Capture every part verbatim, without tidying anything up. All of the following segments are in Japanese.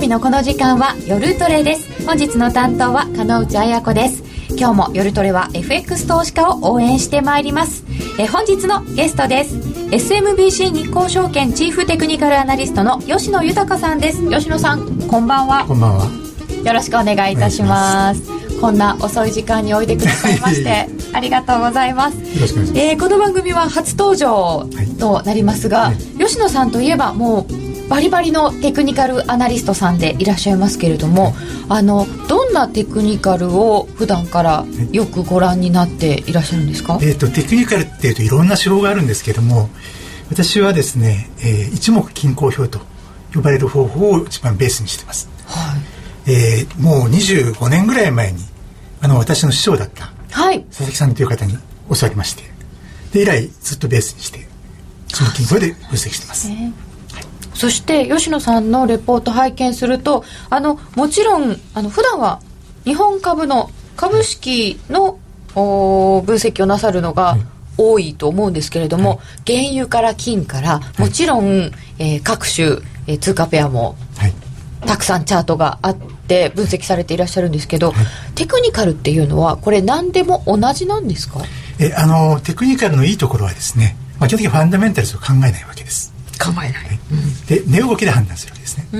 日のこの時間は夜トレです。本日の担当は加納内彩子です。今日も夜トレは エフエックス 投資家を応援してまいります。え本日のゲストです。 エスエムビーシー 日興証券チーフテクニカルアナリストの吉野豊さんです。吉野さん、こんばんは。 こんばんは。 よろしくお願いいたします。こんな遅い時間においでくださいましてありがとうございます。 よろしくお願いします。 えー、この番組は初登場となりますが、はい、吉野さんといえばもうバリバリのテクニカルアナリストさんでいらっしゃいますけれども、はい、あのどんなテクニカルを普段からよくご覧になっていらっしゃるんですか？ えーと、テクニカルっていうといろんな手法があるんですけども、私はですね、えー、一目均衡表と呼ばれる方法を一番ベースにしています。はい。えー、もうにじゅうごねんぐらい前にあの私の師匠だった、はい、佐々木さんという方に教わりまして、で以来ずっとベースにしてその均衡で分析しています。 そして吉野さんのレポート拝見すると、あのもちろんあの普段は日本株の株式のお分析をなさるのが多いと思うんですけれども、はい、原油から金からもちろん、はい、えー、各種、えー、通貨ペアも、はい、たくさんチャートがあって分析されていらっしゃるんですけど、はい、テクニカルっていうのはこれ何でも同じなんですか？ えあのテクニカルのいいところはですね、まあ、基本的にファンダメンタルズを考えないわけです。 考えない、はい、 うん、で値動きで判断するわけですね、うんうん、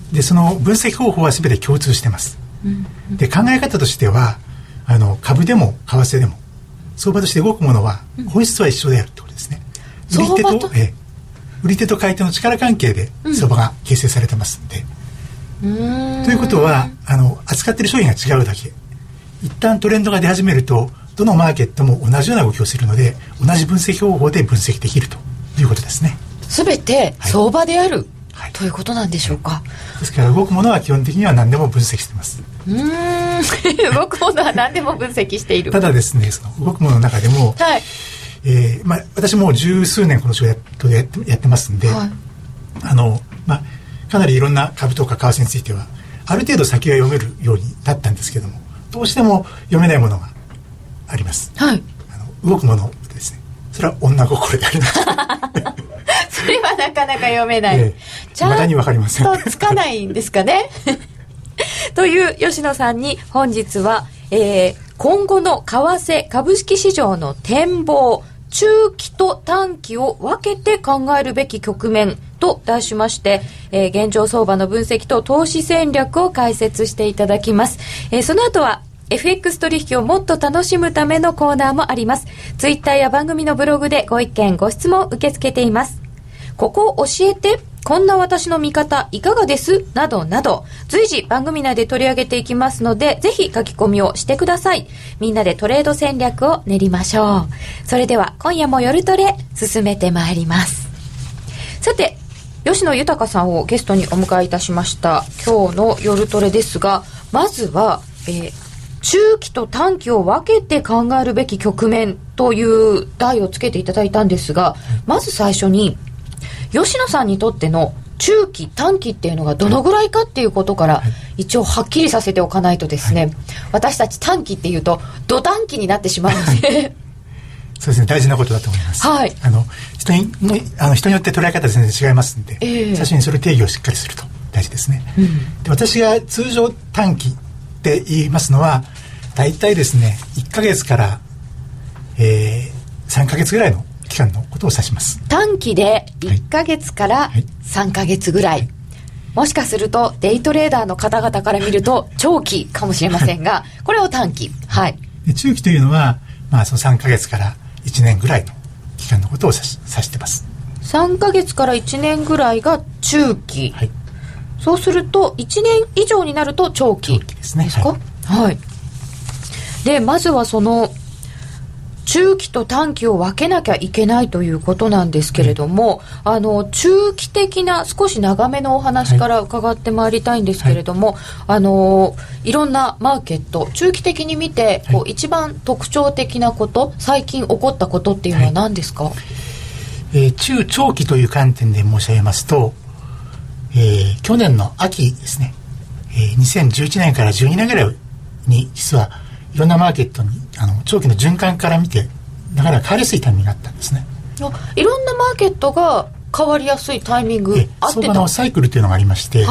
でその分析方法は全て共通してます、うんうん、で考え方としてはあの株でも為替でも相場として動くものは本質は一緒であるってことですね、うん、売り手と、え売り手と買い手の力関係で相場が形成されてますんで、うん、ということはあの扱っている商品が違うだけ、一旦トレンドが出始めるとどのマーケットも同じような動きをするので同じ分析方法で分析できるということですね。 全て相場である、はい、ということなんでしょうか？はい、ですから動くものは基本的には何でも分析しています。 うーん動くものは何でも分析している。 ただですね、その動くものの中でも、はい、えーまあ、私もう十数年この仕事でやって、やってますんで、はい、あのまあ、かなりいろんな株とか為替についてはある程度先が読めるようになったんですけども、どうしても読めないものがあります、はい、あの動くものですね、それは女心でありますそれはなかなか読めない、えー、ちゃんと分かりませんつかないんですかねという吉野さんに本日は、えー、今後の為替株式市場の展望、中期と短期を分けて考えるべき局面と題しまして、えー、現状相場の分析と投資戦略を解説していただきます、えー、その後はエフエックス 取引をもっと楽しむためのコーナーもあります。ツイッターや番組のブログでご意見ご質問受け付けています。ここを教えて、こんな私の見方いかがですなどなど随時番組内で取り上げていきますので、ぜひ書き込みをしてください。みんなでトレード戦略を練りましょう。それでは今夜も夜トレ進めてまいります。さて、吉野豊さんをゲストにお迎えいたしました今日の夜トレですが、まずは、えー、中期と短期を分けて考えるべき局面という題をつけていただいたんですが、まず最初に吉野さんにとっての中期短期っていうのがどのぐらいかっていうことから一応はっきりさせておかないとですね、はい、私たち短期っていうとド短期になってしまうのでそうですね、大事なことだと思います、はい、あの 人に、あの人によって捉え方全然違いますので、えー、最初にそれ定義をしっかりすると大事ですね、うん、で私が通常短期って言いますのはだいたいですねいっかげつから、えー、さんかげつぐらいの期間のことを指します。 短期でいっかげつからさんかげつぐらい、はいはい、もしかするとデイトレーダーの方々から見ると長期かもしれませんがこれを短期、はい、 で中期というのは、まあ、そのさんかげつからいちねんぐらいの期間のことを指し、指してます。 さんかげつからいちねんぐらいが中期、はい、そうするといちねん以上になると長期ですね。ですか？はい、はい、でまずはその中期と短期を分けなきゃいけないということなんですけれども、うん、あの中期的な少し長めのお話から伺ってまいりたいんですけれども、はい、あのいろんなマーケット中期的に見て、こう、はい、一番特徴的なこと最近起こったことっていうのは何ですか？はい、 えー、中長期という観点で申し上げますと、えー、去年の秋ですね、えー、にせんじゅういちねんからじゅうにねんぐらいに実はいろんなマーケットにあの長期の循環から見てなかなか変わりやすいタイミングがあったんですね。 いろんなマーケットが変わりやすいタイミングあってた。 相場のサイクルというのがありまして、はい、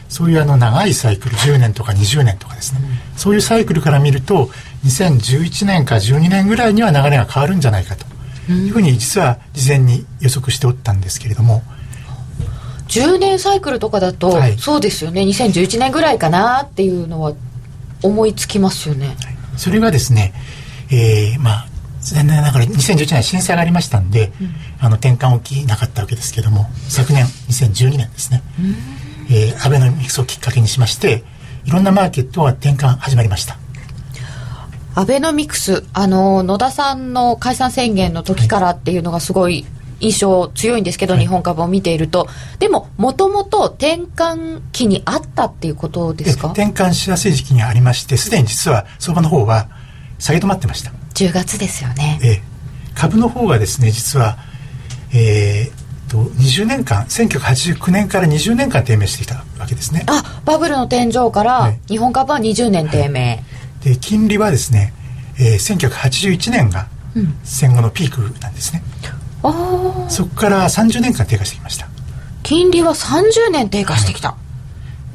そういうあの長いサイクルじゅうねんとかにじゅうねんとかですね、うん、そういうサイクルから見るとにせんじゅういちねんかじゅうにねんぐらいには流れが変わるんじゃないかというふうに実は事前に予測しておったんですけれども、 じゅうねんサイクルとかだと、はい、そうですよね、にせんじゅういちねんぐらいかなっていうのは思いつきますよね、はい、 それがですね、えー、まあ残念ながらにせんじゅういちねん震災がありましたんで、うん、あの転換起きなかったわけですけども、昨年にせんじゅうにねんですね、えー、アベノミクスをきっかけにしましていろんなマーケットは転換始まりました。 アベノミクス、あの野田さんの解散宣言の時からっていうのがすごい印象強いんですけど、はい、日本株を見ていると、でももともと転換期にあったっていうことですか？ 転換しやすい時期にありまして、すでに実は相場の方は下げ止まってました。 じゅうがつですよね。 えー、株の方がですね、実は、えー、とにじゅうねんかん、せんきゅうひゃくはちじゅうきゅうねんからにじゅうねんかん低迷してきたわけですね。 あ、バブルの天井から日本株はにじゅうねん低迷、はい、 で金利はですね、えー、せんきゅうひゃくはちじゅういちねんが戦後のピークなんですね、うん、あ、そこからさんじゅうねんかん低下してきました。 金利はさんじゅうねん低下してきた、はい、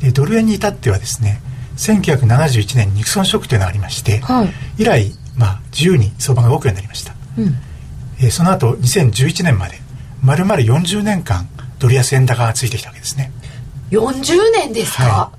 でドル円に至ってはですね、せんきゅうひゃくななじゅういちねんにニクソンショックというのがありまして、はい、以来、まあ、自由に相場が動くようになりました、うん、えー、その後にせんじゅういちねんまで丸々よんじゅうねんかんドル安円高がついてきたわけですね。 よんじゅうねんですか、はい、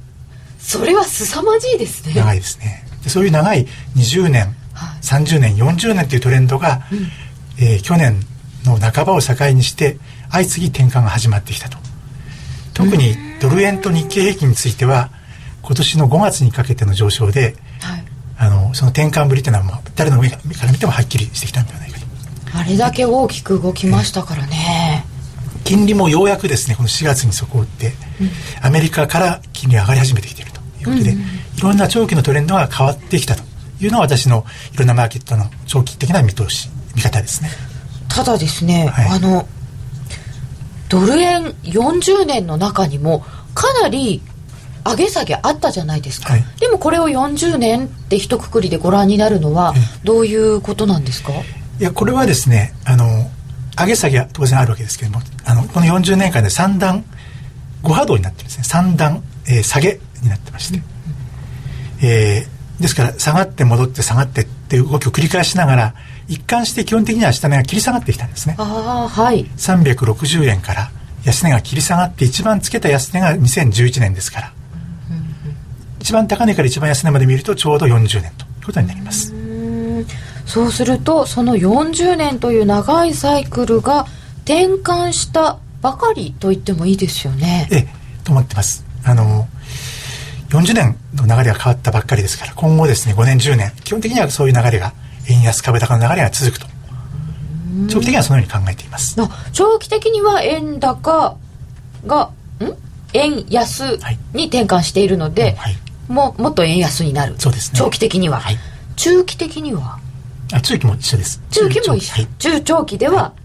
それは凄まじいですね。 長いですね。でそういう長いにじゅうねん、はい、さんじゅうねん、よんじゅうねんというトレンドが、うん、えー、去年の半ばを境にして相次ぎ転換が始まってきたと。特にドル円と日経平均については今年のごがつにかけての上昇で、はい、あのその転換ぶりというのは、まあ、誰の目から見てもはっきりしてきたんではないかと。 あれだけ大きく動きましたからね。 金利もようやくですね、このしがつに底を打って、うん、アメリカから金利が上がり始めてきているということで、うんうん、いろんな長期のトレンドが変わってきたというのは私のいろんなマーケットの長期的な見通し見方ですね。 ただですね、はい、あのドル円よんじゅうねんの中にもかなり上げ下げあったじゃないですか、はい、でもこれをよんじゅうねんって一括りでご覧になるのはどういうことなんですか？ いや、これはですね、あの上げ下げは当然あるわけですけれども、あのこのよんじゅうねんかんでさん段ご波動になってるんですね。さん段、えー、下げになってまして、うん、えー、ですから下がって戻って下がってっていう動きを繰り返しながら一貫して基本的には下値が切り下がってきたんですね。 あ、はい、 さんびゃくろくじゅうえんから安値が切り下がって一番つけた安値がにせんじゅういちねんですから、うんうんうん、一番高値から一番安値まで見るとちょうどよんじゅうねんということになります。 うーん、そうするとそのよんじゅうねんという長いサイクルが転換したばかりと言ってもいいですよね。 ええ、と思ってます。あのよんじゅうねんの流れが変わったばっかりですから、今後ですねごねんじゅうねん基本的にはそういう流れが円安株高の流れが続くと、長期的にはそのように考えています。 長期的には円高がん円安に転換しているので、はいはい、も, もっと円安になる。 そうですね、 長期的には、はい、中期的にはあ中期も一緒です。 中期も一緒、はい、中長期では、はい、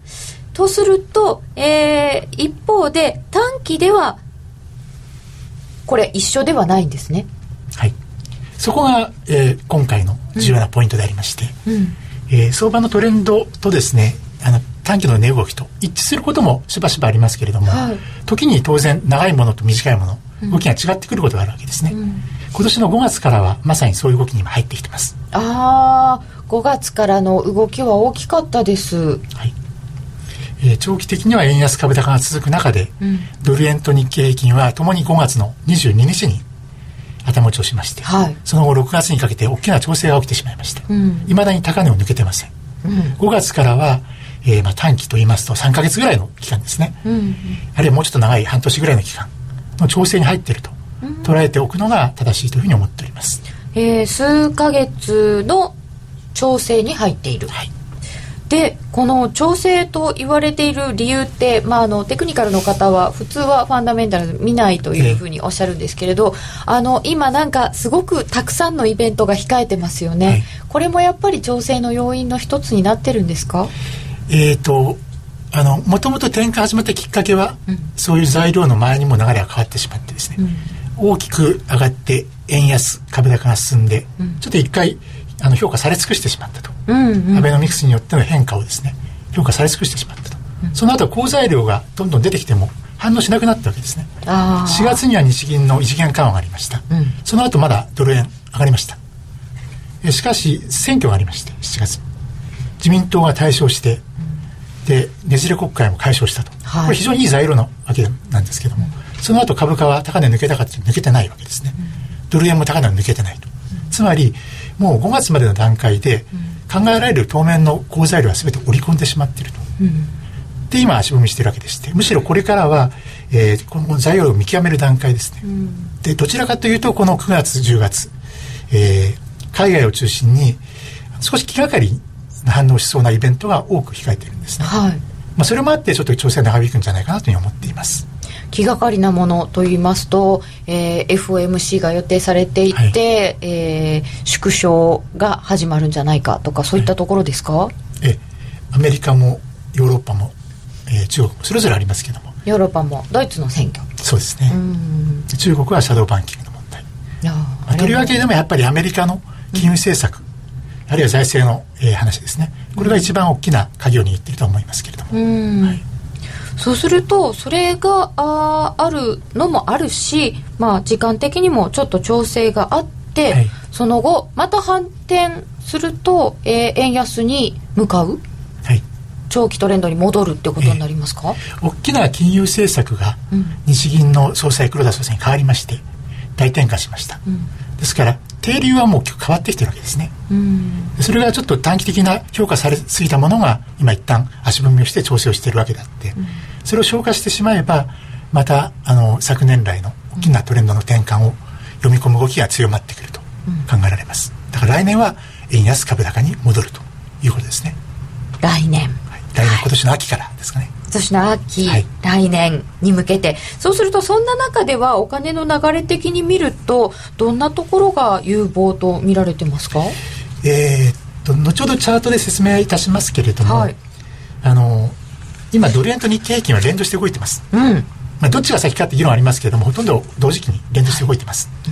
とすると、えー、一方で短期ではこれ一緒ではないんですね。 はい、そこが、えー、今回の重要なポイントでありまして、うんうん、えー、相場のトレンドとですね、あの短期の値動きと一致することもしばしばありますけれども、はい、時に当然長いものと短いもの、うん、動きが違ってくることがあるわけですね、うん、今年のごがつからはまさにそういう動きに今入ってきてます。 ああ、ごがつからの動きは大きかったです。 はい、えー、長期的には円安株高が続く中で、うん、ドル円と日経平均はともにごがつのにじゅうににちに頭打ちをしまして、はい、その後ろくがつにかけて大きな調整が起きてしまいまして、うん、未だに高値を抜けてません、うん、ごがつからは、えーまあ、短期といいますとさんかげつぐらいの期間ですね、うんうん、あるいはもうちょっと長い半年ぐらいの期間の調整に入っていると、うん、捉えておくのが正しいというふうに思っております。 えー、数ヶ月の調整に入っている、はい、でこの調整と言われている理由って、まあ、あのテクニカルの方は普通はファンダメンタル見ないというふうにおっしゃるんですけれど、あの今なんかすごくたくさんのイベントが控えてますよね、はい、これもやっぱり調整の要因の一つになってるんですか？ えーとあのもともと転換始まったきっかけは、うん、そういう材料の前にも流れが変わってしまってですね、うん、大きく上がって円安株高が進んで、うん、ちょっと一回あの評価され尽くしてしまったと、うんうん、アベノミクスによっての変化をですね評価され尽くしてしまったと、うん、その後好材料がどんどん出てきても反応しなくなったわけですね。 あしがつには日銀の異次元緩和がありました、うん、その後まだドル円上がりました。しかし選挙がありまして、しちがつ自民党が大勝して、うん、でねじれ国会も解消したと、はい、これ非常にいい材料なわけなんですけども、うん、その後株価は高値抜けたかって抜けてないわけですね、うん、ドル円も高値抜けてないと、うん、つまりもうごがつまでの段階で考えられる当面の好材料は全て織り込んでしまっていると、うん、で今足踏みしているわけでして、むしろこれからは、えー、この材料を見極める段階ですね、うん、でどちらかというとこのくがつじゅうがつ、えー、海外を中心に少し気がかりな反応しそうなイベントが多く控えているんですね、はい、まあ、それもあってちょっと調整が長引くんじゃないかなというふうに思っています。 気がかりなものといいますと、えー、エフオーエムシー が予定されていて、はい、えー、縮小が始まるんじゃないかとか、そういったところですか？はい、 えアメリカもヨーロッパも、えー、中国もそれぞれありますけども、 ヨーロッパもドイツの選挙、 そうですね、うん、中国はシャドーバンキングの問題、まあ、とりわけでもやっぱりアメリカの金融政策、うん、あるいは財政の、えー、話ですね、これが一番大きな鍵を握っていると思いますけれども、うん、はい、 そうするとそれが あ, あるのもあるし、まあ、時間的にもちょっと調整があって、はい、その後また反転すると、えー、円安に向かう、はい、長期トレンドに戻るってことになりますか？ えー、大きな金融政策が日銀の総裁黒田総裁に変わりまして大転換しました、うん、ですから定流はもう変わってきてるわけですね、うん、それがちょっと短期的な評価されすぎたものが今一旦足踏みをして調整をしているわけであって、うん、それを消化してしまえばまたあの昨年来の大きなトレンドの転換を読み込む動きが強まってくると考えられます。だから来年は円安株高に戻るということですね。 来年、 はい、来年今年の秋からですかね。 今年の秋、はい、来年に向けて、そうするとそんな中ではお金の流れ的に見るとどんなところが有望と見られてますか？ えー、っと後ほどチャートで説明いたしますけれども、はい、あの今ドル円と日経平均は連動して動いてます、うん、まあ、どっちが先かって議論ありますけれどもほとんど同時期に連動して動いてます、はい、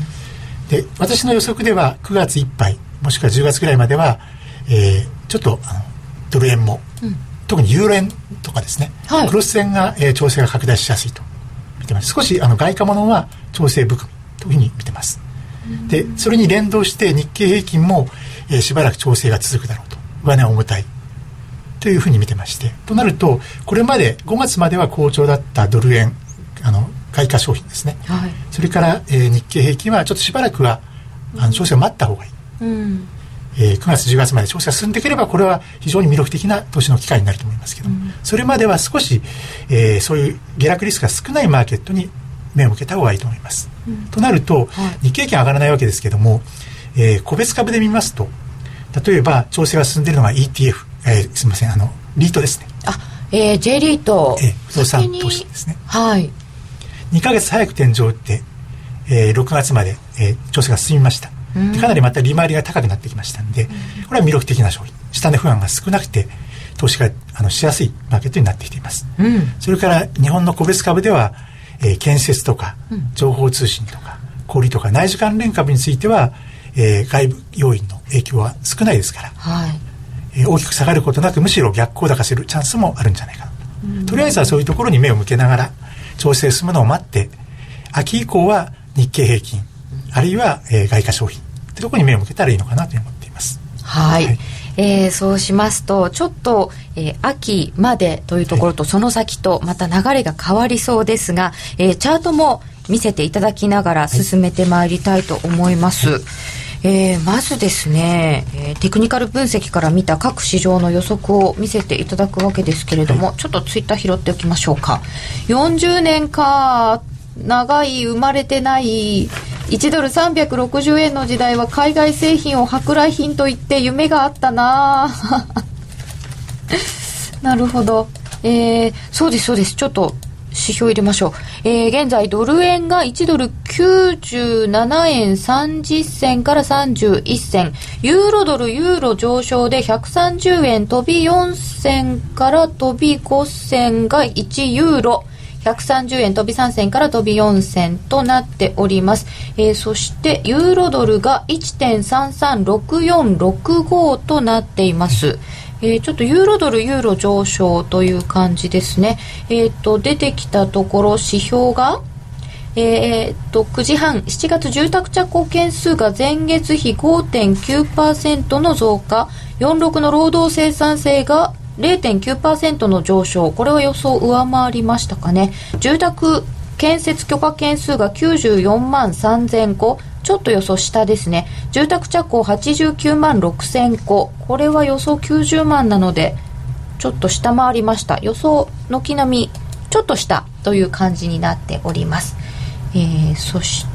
で私の予測ではくがついっぱいもしくはじゅうがつぐらいまでは、えー、ちょっとあのドル円も、うん、特にユーロ円とかですね、はい、クロス円が、えー、調整が拡大しやすいと見てます。少しあの外貨物は調整含みというふうに見てます。でそれに連動して日経平均も、えー、しばらく調整が続くだろうと、上値は重たいというふうに見てまして、となるとこれまでごがつまでは好調だったドル円、あの外貨商品ですね、はい、それから、えー、日経平均はちょっとしばらくはあの調整を待った方がいい、うん、えー、くがつじゅうがつまで調整が進んでくればこれは非常に魅力的な投資の機会になると思いますけど、うん、それまでは少し、えー、そういう下落リスクが少ないマーケットに目を向けた方がいいと思います、うん、となると、はい、日経平均上がらないわけですけども、えー、個別株で見ますと例えば調整が進んでいるのが イーティーエフ、えー、すみませんあのリートですね、 あ、えー、J リート、 えー、不動産投資ですね、 はい、 にかげつ早く天井を打って、えー、ろくがつまで、えー、調整が進みました。でかなりまた利回りが高くなってきましたので、これは魅力的な商品、下値不安が少なくて投資があのしやすいマーケットになってきています、うん、それから日本の個別株では、えー、建設とか情報通信とか小売とか内需関連株については、えー、外部要因の影響は少ないですから、はい、えー、大きく下がることなくむしろ逆行高するチャンスもあるんじゃないかなと、うん、とりあえずはそういうところに目を向けながら調整進むのを待って秋以降は日経平均あるいは、えー、外貨商品というところに目を向けたらいいのかなと思っています。 はい、はい、えー、そうしますとちょっと、えー、秋までというところとその先とまた流れが変わりそうですが、えー、チャートも見せていただきながら進めてまいりたいと思います、はい、えー、まずですね、えー、テクニカル分析から見た各市場の予測を見せていただくわけですけれども、はい、ちょっとツイッター拾っておきましょうか。よんじゅうねんか長い生まれてないいちドルさんびゃくろくじゅうえんの時代は海外製品を舶来品と言って夢があったななるほど、えー、そうですそうです。ちょっと指標入れましょう、えー、現在ドル円がいちドルきゅうじゅうななえんさんじゅっせんからさんじゅういっせん、ユーロドルユーロ上昇でひゃくさんじゅうえん飛びよん銭から飛びご銭がいちユーロ、ひゃくさんじゅうえん飛びさん銭から飛びよん銭となっております、えー、そしてユーロドルが いちてんさんさんろくよんろくご となっています、 えー、ちょっとユーロドルユーロ上昇という感じですね。えー、と出てきたところ指標が、えー、とくじはんしちがつ住宅着工件数が前月比 ごてんきゅうパーセント の増加、よんじゅうろくの労働生産性が れいてんきゅうパーセント の上昇、これは予想を上回りましたかね。住宅建設許可件数がきゅうじゅうよんまんさんぜんこ、ちょっと予想下ですね。住宅着工はちじゅうきゅうまんろくせんこ、これは予想きゅうじゅうまんなのでちょっと下回りました。予想軒並みちょっと下という感じになっております。えー、そして、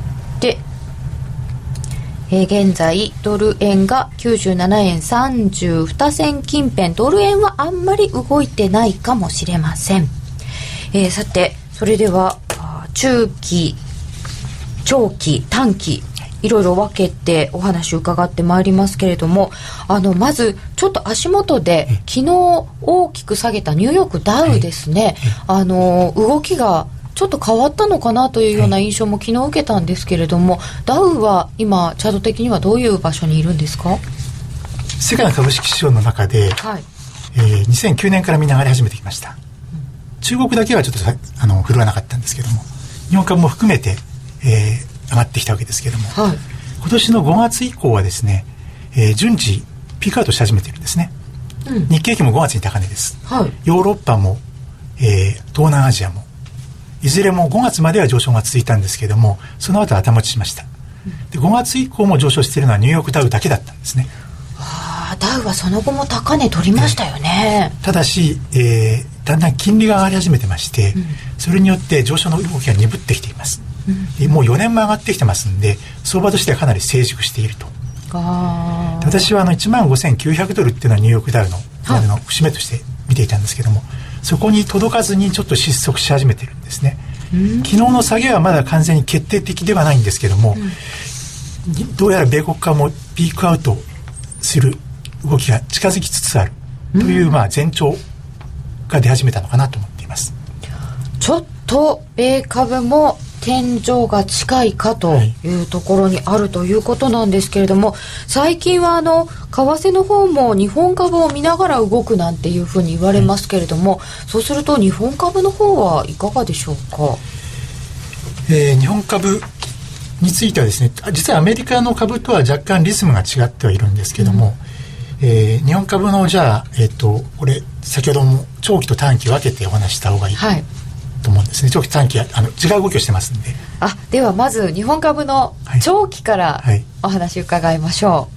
えー、現在ドル円がきゅうじゅうななえんさんじゅうにせん近辺、ドル円はあんまり動いてないかもしれません。えー、さてそれでは中期長期短期いろいろ分けてお話を伺ってまいりますけれども、あのまずちょっと足元で昨日大きく下げたニューヨークダウですね、あの動きがちょっと変わったのかなというような印象も昨日受けたんですけれども、ダウは今チャート的にはどういう場所にいるんですか？ 世界の株式市場の中で、はい、えー、にせんきゅうねんからみんな上がり始めてきました、うん、中国だけはちょっとあの振るわなかったんですけども、日本株も含めて、えー上がってきたわけですけれども、はい、今年のごがつ以降はですね、えー、順次ピークアウトし始めているんですね、うん、日経平均もごがつに高値です、はい、ヨーロッパも、えー、東南アジアもいずれもごがつまでは上昇が続いたんですけれども、その後頭打ちしました、うん、でごがつ以降も上昇しているのはニューヨークダウだけだったんですね。 あ、ダウはその後も高値取りましたよね、 えー、ただし、えー、だんだん金利が上がり始めてまして、うん、それによって上昇の動きが鈍ってきています、うん、もうよねんも上がってきてますんで、相場としてはかなり成熟していると。あ、私はあのいちまんごせんきゅうひゃくドルっていうのはニューヨークダウの今までの節目として見ていたんですけども、そこに届かずにちょっと失速し始めてるんですね、うん、昨日の下げはまだ完全に決定的ではないんですけども、うん、どうやら米国化もピークアウトする動きが近づきつつあるという、うん、まあ前兆が出始めたのかなと思っています。 ちょっと米株も天井が近いかというところにあるということなんですけれども、はい、最近はあの為替の方も日本株を見ながら動くなんていうふうに言われますけれども、はい、そうすると日本株の方はいかがでしょうか？ えー、日本株についてはですね、実はアメリカの株とは若干リズムが違ってはいるんですけども、うん、えー、日本株のじゃあ、えー、とこれ先ほども長期と短期分けてお話した方がいい、はい、と思うんですね。長期短期はあの違う動きをしてますんで。 あ、ではまず日本株の長期からお話伺いましょう、はいはい、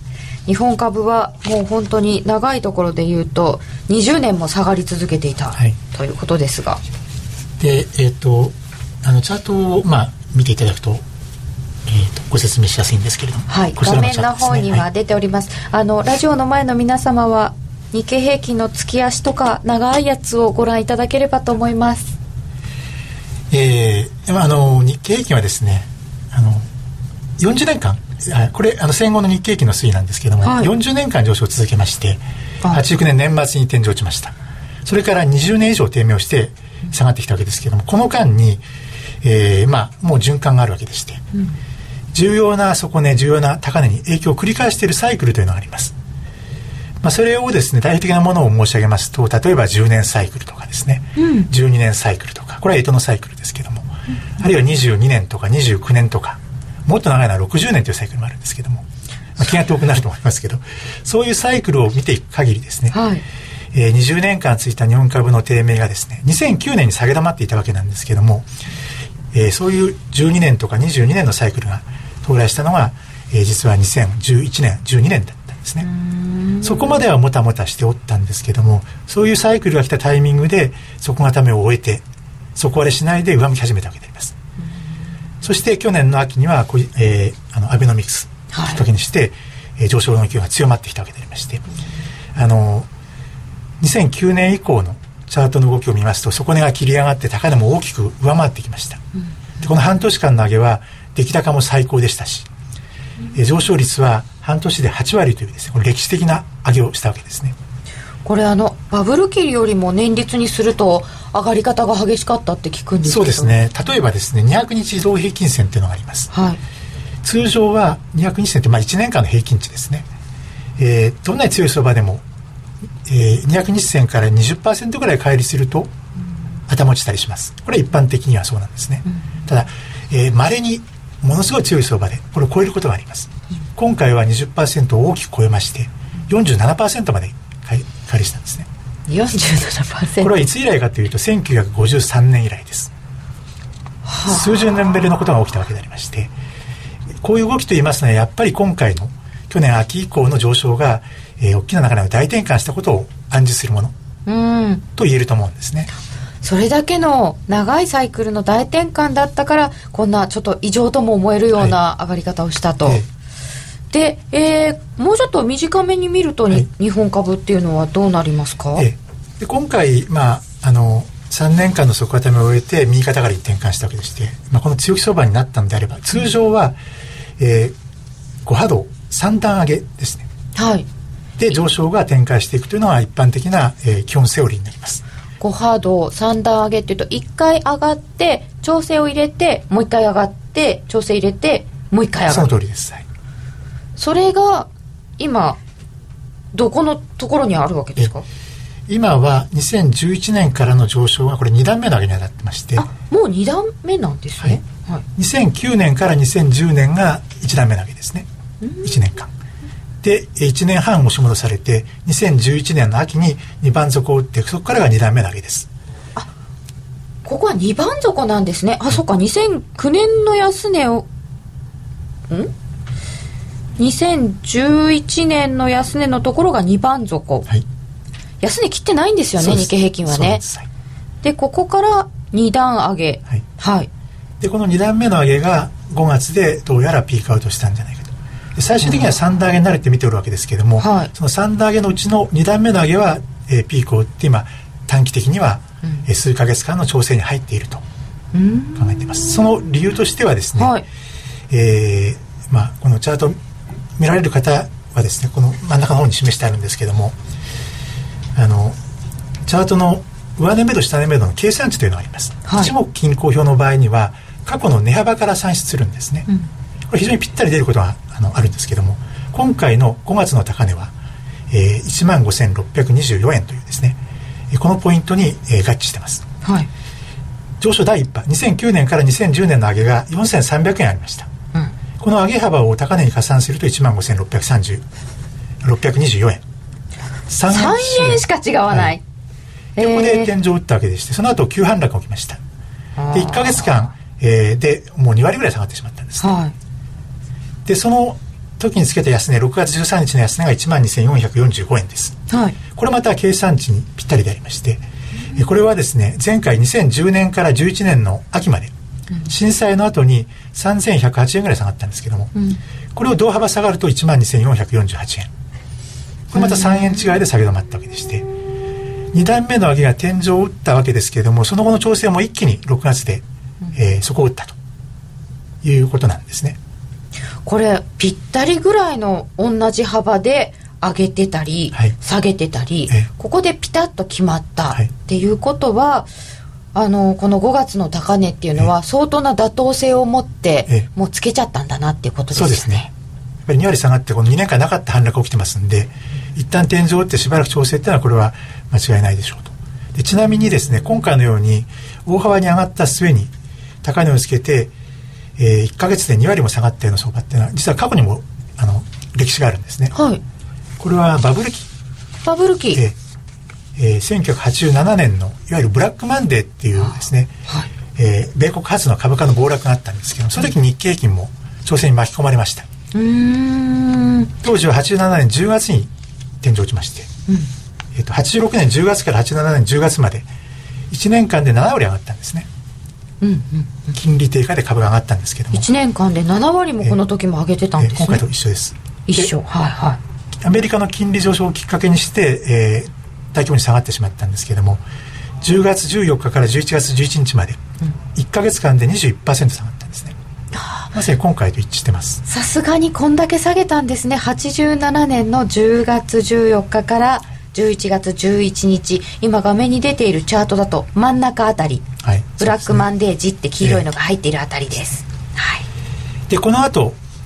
日本株はもう本当に長いところでいうとにじゅうねんも下がり続けていた、はい、ということですが、 で、えー、とあのチャートを、まあ、見ていただくと、えー、とご説明しやすいんですけれども、 はい、画面の方には出ております、はい、あのラジオの前の皆様は日経平均の月足とか長いやつをご覧いただければと思います。 えー、あの日経平均はですね、あのよんじゅうねんかん、これあの戦後の日経平均の推移なんですけども、はい、よんじゅうねんかん上昇を続けまして、はちじゅうきゅうねん年末に天井落ちました。それからにじゅうねん以上低迷をして下がってきたわけですけども、この間に、えーまあ、もう循環があるわけでして、うん、重要な底値、重要な高値に影響を繰り返しているサイクルというのがあります。まあ、それをですね、代表的なものを申し上げますと、例えばじゅうねんサイクルとかですね、うん、じゅうにねんサイクルとか、これは干支のサイクルですけども、うん、あるいはにじゅうにねんとかにじゅうきゅうねんとか、もっと長いのはろくじゅうねんというサイクルもあるんですけども、まあ、気が遠くなると思いますけど、そういうサイクルを見ていく限りですね、はい、えー、にじゅうねんかん続いた日本株の低迷がですね、にせんきゅうねんに下げ止まっていたわけなんですけども、えー、そういうじゅうにねんとかにじゅうにねんのサイクルが到来したのが、えー、実はにせんじゅういちねん、じゅうにねんだったんですね。そこまではもたもたしておったんですけども、そういうサイクルが来たタイミングで底固めを終えて底割れしないで上向き始めたわけであります。そして去年の秋には、えー、あのアベノミクスきっかけにして、はい、えー、上昇の勢いが強まってきたわけでありまして、あのにせんきゅうねん以降のチャートの動きを見ますと、底値が切り上がって高値も大きく上回ってきました、うん、でこの半年間の上げは出来高も最高でしたし、うん、えー、上昇率は半年ではちわりというですね、これ歴史的な上げをしたわけですね。 これあのバブル期よりも年率にすると上がり方が激しかったって聞くんですけど。 そうですね。例えばですね、にひゃくにち移動平均線というのがあります、はい、通常はにひゃくにち線ってまあいちねんかんの平均値ですね、えー、どんなに強い相場でもえー、にひゃくにち線から にじゅっパーセント ぐらい乖離すると、うん、頭落ちたりします。これは一般的にはそうなんですね、うん、ただ、えー、稀にものすごい強い相場でこれを超えることがあります、うん、今回は にじゅっパーセント を大きく超えまして よんじゅうななパーセント まで乖離したんですね。 よんじゅうななパーセントこれはいつ以来かというとせんきゅうひゃくごじゅうさんねん以来です、はあ、数十年ぶりのことが起きたわけでありまして、こういう動きといいますのはやっぱり今回の去年秋以降の上昇が、えー、大きな中での大転換したことを暗示するもの、うん、と言えると思うんですね。 それだけの長いサイクルの大転換だったからこんなちょっと異常とも思えるような上がり方をしたと、はい、で、えー、もうちょっと短めに見ると、はい、日本株っていうのはどうなりますか。 でで今回、まあ、あのさんねんかんの底固めを終えて右肩上がりに転換したわけでして、まあ、この強気相場になったのであれば通常は、えー、ご波動さん段上げですね、はい、で上昇が展開していくというのは一般的な、えー、基本セオリーになります。 ご波動さん段上げっていうといっかい上がって調整を入れてもういっかい上がって調整入れてもういっかい上がる。 その通りです、はい、 それが今どこのところにあるわけですか。 今はにせんじゅういちねんからの上昇がこれに段目の上げに当たってまして、 あもうに段目なんですね、 はいはい、にせんきゅうねんからにせんじゅうねんがいち段目の上げですね。いちねんかんでいちねんはん押し戻されてにせんじゅういちねんの秋ににばん底を打ってそこからがに段目の上げです。 あここはにばん底なんですね。あ、はい、そっかにせんきゅうねんの安値をんにせんじゅういちねんの安値のところがにばん底、はい、安値切ってないんですよね日経平均はね。で, でここからに段上げ、はいはい、 でこのに段目の上げがごがつでどうやらピークアウトしたんじゃないかと。で最終的にはさん段上げになるって見ておるわけですけれども、はい、そのさん段上げのうちのに段目の上げは、えー、ピークを打って今短期的には、うんえー、数ヶ月間の調整に入っていると考えています。その理由としてはですね、はいえーまあ、このチャート見られる方はですねこの真ん中の方に示してあるんですけども、あのチャートの上値目処下値目処の計算値というのがあります、はい、一目均衡表の場合には過去の値幅から算出するんですね、うん、これ非常にぴったり出ることが あのあるんですけども、今回のごがつの高値は、えー、いちまんごせんろっぴゃくにじゅうよえんというですねこのポイントに、えー、合致してます、はい、上昇第一波にせんきゅうねんからにせんじゅうねんの上げがよんせんさんびゃくえんありました、うん、この上げ幅を高値に加算するといちまんごせんろっぴゃくさんじゅう、ろっぴゃくにじゅうよえんさんえんしか違わない、はい、 でここで天井を打ったわけでして、その後急反落が起きました。でいっかげつかん、えー、でもうに割ぐらい下がってしまったんです、ねはい、でその時につけた安値ろくがつじゅうさんにちの安値が いちまんにせんよんひゃくよんじゅうごえんです、はい、これまた計算値にぴったりでありまして、うん、これはですね前回にせんじゅうねんからじゅういちねんの秋まで、うん、震災の後にさんぜんひゃくはちえんぐらい下がったんですけども、うん、これを同幅下がると いちまんにせんよんひゃくよんじゅうはちえん、これまたさんえん違いで下げ止まったわけでして、に段目の上げが天井を打ったわけですけれども、その後の調整も一気にろくがつで、えー、そこを打ったということなんですね。 これぴったりぐらいの同じ幅で上げてたり、はい、下げてたり、ここでピタッと決まったっていうことは、はい、あのこのごがつの高値っていうのは相当な妥当性を持ってもうつけちゃったんだなっていうことですよね。そうですね。やっぱりに割下がってこのにねんかんなかった反落が起きてますんで、一旦天井を打ってしばらく調整っていうのはこれは間違いないでしょうと。でちなみにですね今回のように大幅に上がった末に高値をつけて、えー、いっかげつでに割も下がったような相場っていうのは実は過去にもあの歴史があるんですね、はい、これはバブル期バブル期、 えーえー、せんきゅうひゃくはちじゅうななねんのいわゆるブラックマンデーっていうですね、はいえー、米国発の株価の暴落があったんですけども、その時に日経平均も調整に巻き込まれました。うーん当時ははちじゅうななねんじゅうがつに天井落ちまして、うんえー、とはちじゅうろくねんじゅうがつからはちじゅうななねんじゅうがつまでいちねんかんでなな割上がったんですね、うんうんうん、金利低下で株が上がったんですけどもいちねんかんでなな割もこの時も上げてたんですね、えー、 今回と一緒です。 一緒はいはいアメリカの金利上昇をきっかけにして、えー、大規模に下がってしまったんですけども、じゅうがつじゅうよっかからじゅういちがつじゅういちにちまで、うん、いっかげつかんで にじゅういちパーセント 下がったんですね。まさに今回と一致してます。 さすがにこんだけ下げたんですね。はちじゅうななねんのじゅうがつじゅうよっかからじゅういちがつじゅういちにち、今画面に出ているチャートだと真ん中あたり、はい、ブラックマンデージって黄色いのが入っているあたりです、えー、はい、 でこの後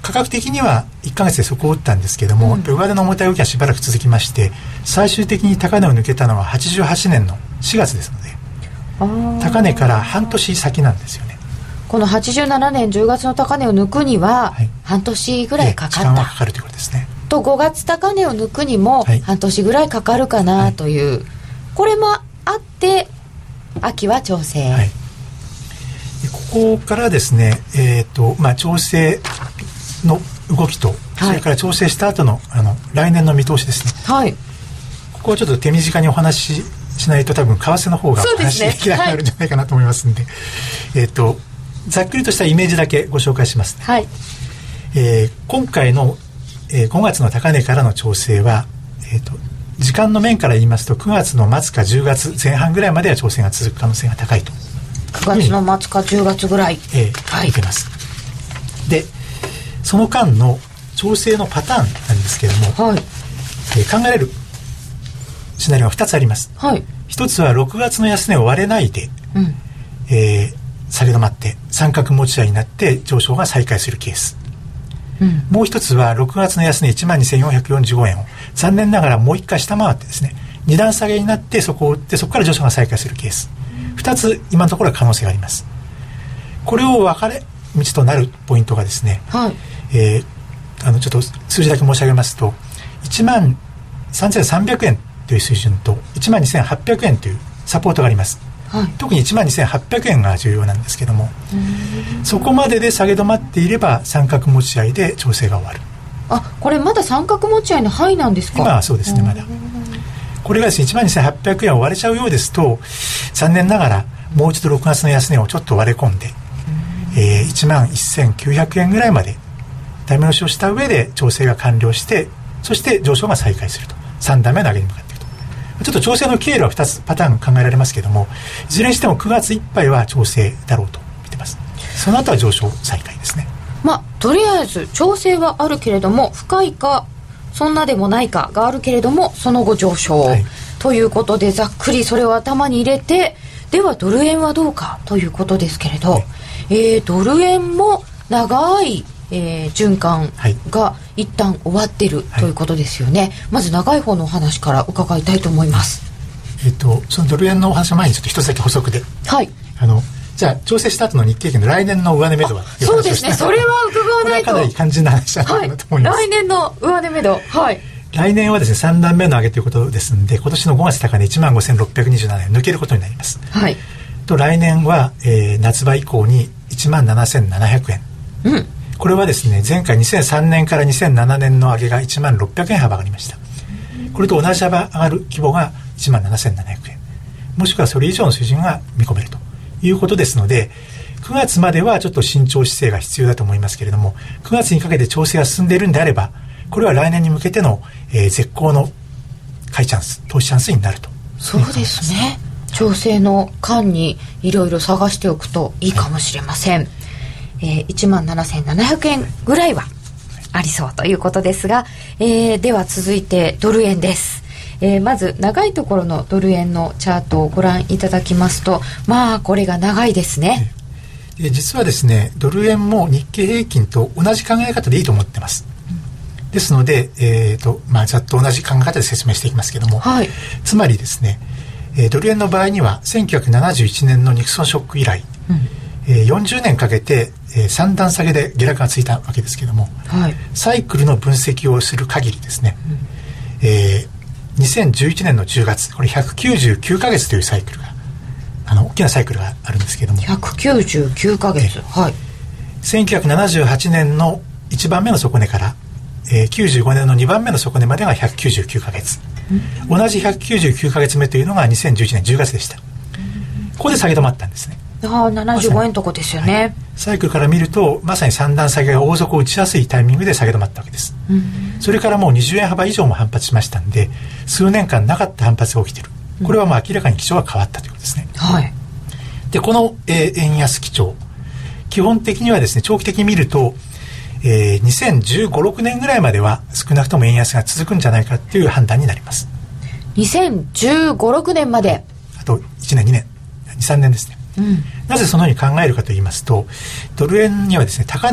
価格的にはいっかげつで底を打ったんですけども、うん、上値の重たい動きがしばらく続きまして、最終的に高値を抜けたのははちじゅうはちねんのしがつですので、高値から半年先なんですよね。 このはちじゅうななねんじゅうがつの高値を抜くには半年ぐらいかかった、 時間はかかるということですね。 とごがつ高値を抜くにも半年ぐらいかかるかなという、はい、これもあって秋は調整、はい、 ここからですね、えーとまあ、調整の動きと、それから調整した後の、あの来年の見通しですね、はい、ここはちょっと手短にお話ししないと多分為替の方がお話できなくなるんじゃないかなと思いますので、えーとざっくりとしたイメージだけご紹介します、ね。はい、えー、今回の、えー、ごがつの高値からの調整は、えーと、時間の面から言いますとくがつの末かじゅうがつぜん半ぐらいまでは調整が続く可能性が高いと。 くがつの末かじゅうがつぐらい、 えーはい、いけます。で、その間の調整のパターンなんですけれども、はい、えー、考えられるシナリオがふたつあります。はい、ひとつはろくがつの安値を割れないで、うん、えー下げ止まって三角持ち合いになって上昇が再開するケース、うん、もう一つはろくがつの安値 いちまんにせんよんひゃくよんじゅうごえんを残念ながらもう一回下回ってですね、二段下げになってそこを打ってそこから上昇が再開するケース、ふたつ今のところは可能性があります。これを分かれ道となるポイントがですね、はい、えー、あのちょっと数字だけ申し上げますと いちまんさんぜんさんびゃくえんという水準と いちまんにせんはっぴゃくえんというサポートがあります。はい、特に いちまんにせんはっぴゃくえんが重要なんですけども、そこまでで下げ止まっていれば三角持ち合いで調整が終わる。 あ、これまだ三角持ち合いの範囲なんですか？ 今はそうですね。まだこれがですね いちまんにせんはっぴゃくえんを割れちゃうようですと、残念ながらもう一度ろくがつの安値をちょっと割れ込んで、えー、いちまんせんきゅうひゃくえんぐらいまでダメ押しをした上で調整が完了して、そして上昇が再開すると、さん段目の上げに向かってちょっと調整の経路はふたつパターン考えられますけども、いずれにしてもくがついっぱいは調整だろうと見てます。その後は上昇再開ですね。 まあとりあえず調整はあるけれども深いかそんなでもないかがあるけれども、その後上昇、はい、ということでざっくりそれを頭に入れて、ではドル円はどうかということですけれど、はい、えー、ドル円も長いえー、循環が一旦終わってる、はい、ということですよね、はい、まず長い方のお話から伺いたいと思います。 えー、とそのドル円のお話の前にちょっと一つだけ補足で、はい、あのじゃあ調整した後の日経平均の来年の上値目処は、 そうですね、それは伺わないと。 これはかなり肝心な話だなと思います、 はい、来年の上値目処、はい、 来年はですねさん段目の上げということですので、今年のごがつ高値 いちまんごせんろっぴゃくにじゅうななえん抜けることになります、はい、と来年は、えー、夏場以降に いちまんななせんななひゃくえん、うん、これはですね前回にせんさんねんからにせんななねんの上げがいちまんろっぴゃくえん幅上がりました。これと同じ幅上がる規模が いちまんななせんななひゃくえん、もしくはそれ以上の水準が見込めるということですので、くがつまではちょっと慎重姿勢が必要だと思いますけれども、くがつにかけて調整が進んでいるんであれば、これは来年に向けての、えー、絶好の買いチャンス、投資チャンスになると。 そうですね、調整の間にいろいろ探しておくといいかもしれません、はい、えー、いちまんななせんななひゃくえんぐらいはありそうということですが、えー、では続いてドル円です。えー、まず長いところのドル円のチャートをご覧いただきますと、まあこれが長いですね。 えー、実はですねドル円も日経平均と同じ考え方でいいと思ってます、うん、ですので、えーとまあ、ざっと同じ考え方で説明していきますけども、はい、つまりですね、えー、ドル円の場合にはせんきゅうひゃくななじゅういちねんのニクソンショック以来、うん、えー、よんじゅうねんかけて、えー、さん段下げで下落がついたわけですけども、はい、サイクルの分析をする限りですね、うん、えーにせんじゅういちねんのじゅうがつ、これひゃくきゅうじゅうきゅうかげつというサイクルが、あの大きなサイクルがあるんですけども、 ひゃくきゅうじゅうきゅうかげつ、はい、 せんきゅうひゃくななじゅうはちねんのいちばんめの底値から、えー、きゅうじゅうごねんのにばんめの底値までがひゃくきゅうじゅうきゅうかげつ、うん、同じひゃくきゅうじゅうきゅうかげつめというのがにせんじゅういちねんじゅうがつでした。ここで下げ止まったんですね。 ああ、ななじゅうごえんとこですよね、はい、 サイクルから見るとまさにさん段下げが大底を打ちやすいタイミングで下げ止まったわけです、うん、それからもうにじゅうえん幅以上も反発しましたんで、数年間なかった反発が起きている。これはまあ明らかに基調が変わったということですね、はい、でこの、えー、円安基調、基本的にはですね長期的に見ると、えー、にせんじゅうご、ろくねんぐらいまでは少なくとも円安が続くんじゃないかという判断になります。 にせんじゅうご、ろくねんまで、 あといちねんにねんに、さんねんですね、うん、なぜそのように考えるかと言いますと、ドル円にはですね高値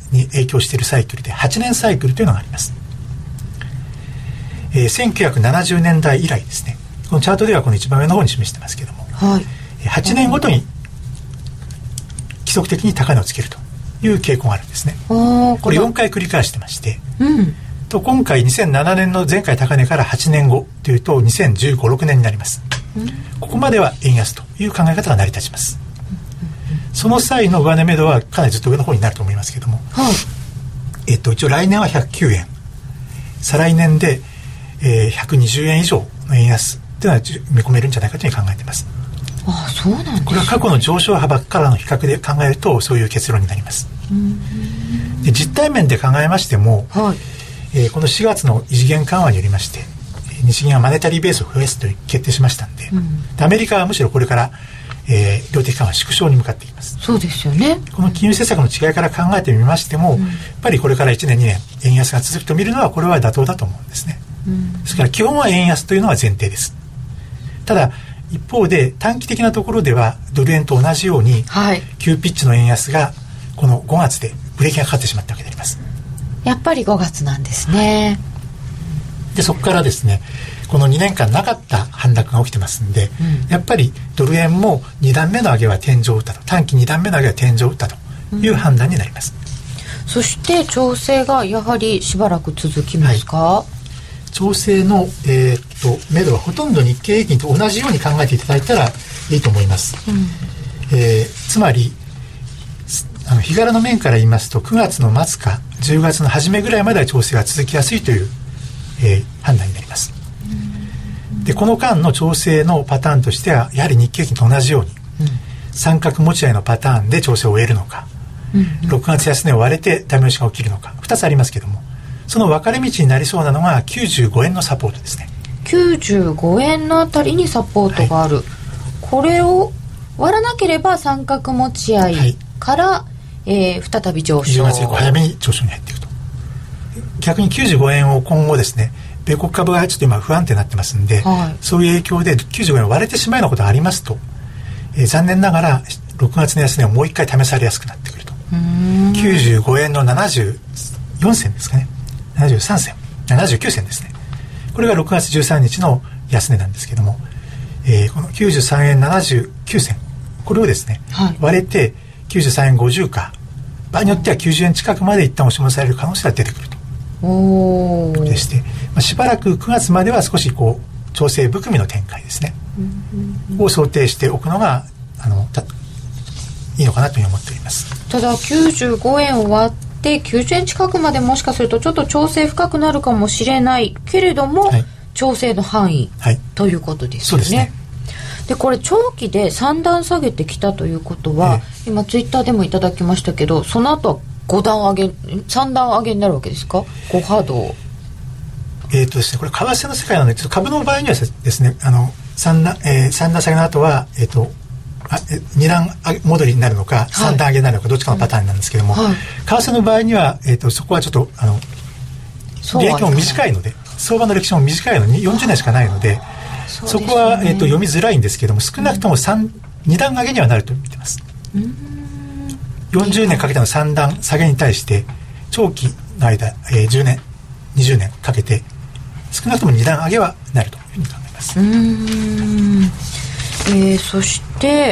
に影響しているサイクルではちねんサイクルというのがあります。えー、せんきゅうひゃくななじゅうねんだい以来ですね、このチャートではこの一番上の方に示してますけども、はい、はちねんごとに規則的に高値をつけるという傾向があるんですね。これよんかい繰り返してまして、うん、と今回にせんななねんの前回高値からはちねんごというとにせんじゅうご、ろくねんになります、うん、ここまでは円安という考え方が成り立ちます、うん、その際の上値目処はかなりずっと上の方になると思いますけども、はい、えっと、一応来年はひゃくきゅうえん、再来年で、えー、ひゃくにじゅうえん以上の円安というのは見込めるんじゃないかというふうに考えています。 ああ、そうなんですね。 これは過去の上昇幅からの比較で考えるとそういう結論になります。で実体面で考えましても、はい、えー、このしがつの異次元緩和によりまして日銀はマネタリーベースを増やすと決定しましたので、うん、でアメリカはむしろこれから、えー、量的緩和縮小に向かっていきます。 そうですよね。 この金融政策の違いから考えてみましても、うん、やっぱりこれからいちねんにねん円安が続くと見るのはこれは妥当だと思うんですね、うん、ですから基本は円安というのは前提です。ただ一方で短期的なところではドル円と同じように、はい、急ピッチの円安がこのごがつでブレーキがかかってしまったわけであります。 やっぱりごがつなんですね。 でそこからですね、このにねんかんなかった反落が起きてますんで、うん、やっぱりドル円もに段目の上げは天井を打ったと、短期に段目の上げは天井を打ったという判断になります、 うん、そして調整がやはりしばらく続きますか？はい、 調整の、えー、っと目処はほとんど日経平均と同じように考えていただいたらいいと思います、うん、えー、つまりあの日柄の面から言いますとくがつの末かじゅうがつの初めぐらいまでは調整が続きやすいという、えー、判断になります。でこの間の調整のパターンとしてはやはり日経平均と同じように、うん、三角持ち合いのパターンで調整を終えるのか、うんうん、ろくがつ安値を割れてダメ押しが起きるのかふたつありますけども、その分かれ道になりそうなのがきゅうじゅうごえんのサポートですね。 きゅうじゅうごえんのあたりにサポートがある、はい、これを割らなければ三角持ち合いから、はい、えー、再び上昇、 じゅうがつ以降早めに上昇に入っていくと。逆にきゅうじゅうごえんを今後ですね、米国株がちょっと今不安定になってますんで、はい、そういう影響できゅうじゅうごえんを割れてしまうようなことがありますと、えー、残念ながらろくがつの安値をもう一回試されやすくなってくると。きゅうじゅうごえんのななじゅうよんせんですかね、ななじゅうさんせんななじゅうきゅうせんですね。これがろくがつじゅうさんにちの安値なんですけども、えー、このきゅうじゅうさんえんななじゅうきゅうせんこれをですね、はい、割れてきゅうじゅうさんえんごじゅうか場合によってはきゅうじゅうえん近くまで一旦押し戻される可能性が出てくると。おーでして、まあ、しばらくくがつまでは少しこう調整含みの展開ですね、うんうん、を想定しておくのがあのたいいのかなというふうに思っております。 ただきゅうじゅうごえんを割ってきゅうじゅうえん近くまでもしかするとちょっと調整深くなるかもしれないけれども、はい、調整の範囲、はい、ということですよね。そうですね。でこれ長期でさん段下げてきたということは、えー、今ツイッターでもいただきましたけど、その後はご段上げさん段上げになるわけですか？ご波動。 えーとですね、これ為替の世界なのでちょっと株の場合にはですね、あの 3, 段、えー、さん段下げの後は、えーとあに段戻りになるのか、はい、さん段上げになるのかどっちかのパターンなんですけども、はい、為替の場合には、えーとそこはちょっとあの利益も短いので、相場の歴史も短いのによんじゅうねんしかないので、そ, そこは、えー、と読みづらいんですけども、少なくともに段上げにはなると見てます。うん、よんじゅうねんかけてのさん段下げに対して長期の間、えー、じゅうねんにじゅうねんかけて少なくともに段上げはなるというふうに考えます。うーん、えー、そして、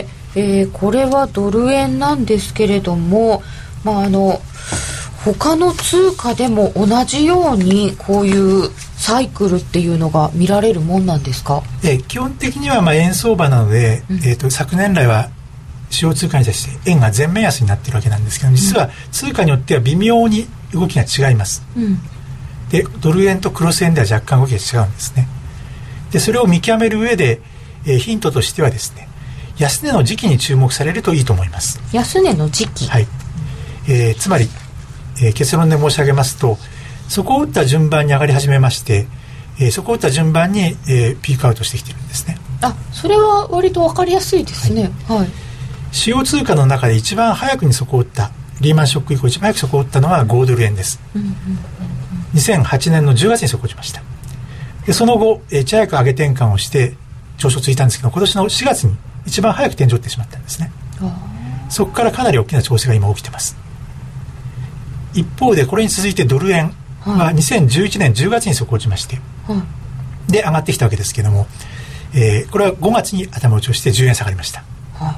えー、これはドル円なんですけれども、まあ、あの他の通貨でも同じようにこういうサイクルっていうのが見られるもんなんですか？ えー、基本的にはまあ円相場なので、うん、えー、と昨年来は主要通貨に対して円が全面安になっているわけなんですけど、実は通貨によっては微妙に動きが違います、うん、でドル円とクロス円では若干動きが違うんですね。でそれを見極める上で、えー、ヒントとしてはですね、安値の時期に注目されるといいと思います。 安値の時期、 はい、えー、つまり、えー、結論で申し上げますと、そこを打った順番に上がり始めまして、えー、そこを打った順番に、えー、ピークアウトしてきているんですね。 あ、それは割と分かりやすいですね。はい、はい、 主要通貨の中で一番早くに底を打った、リーマンショック以降一番早く底を打ったのはごドル円です、うんうんうんうん、にせんはちねんのじゅうがつに底を打ちました。でその後、えー、いち早く上げ転換をして上昇ついたんですけど、今年のしがつに一番早く天井を打ってしまったんですね。そこからかなり大きな調整が今起きてます。 一方でこれに続いてドル円はにせんじゅういちねんじゅうがつに底を打ちまして、はい、で上がってきたわけですけども、えー、これはごがつに頭打ちをしてじゅうえん下がりました、はい、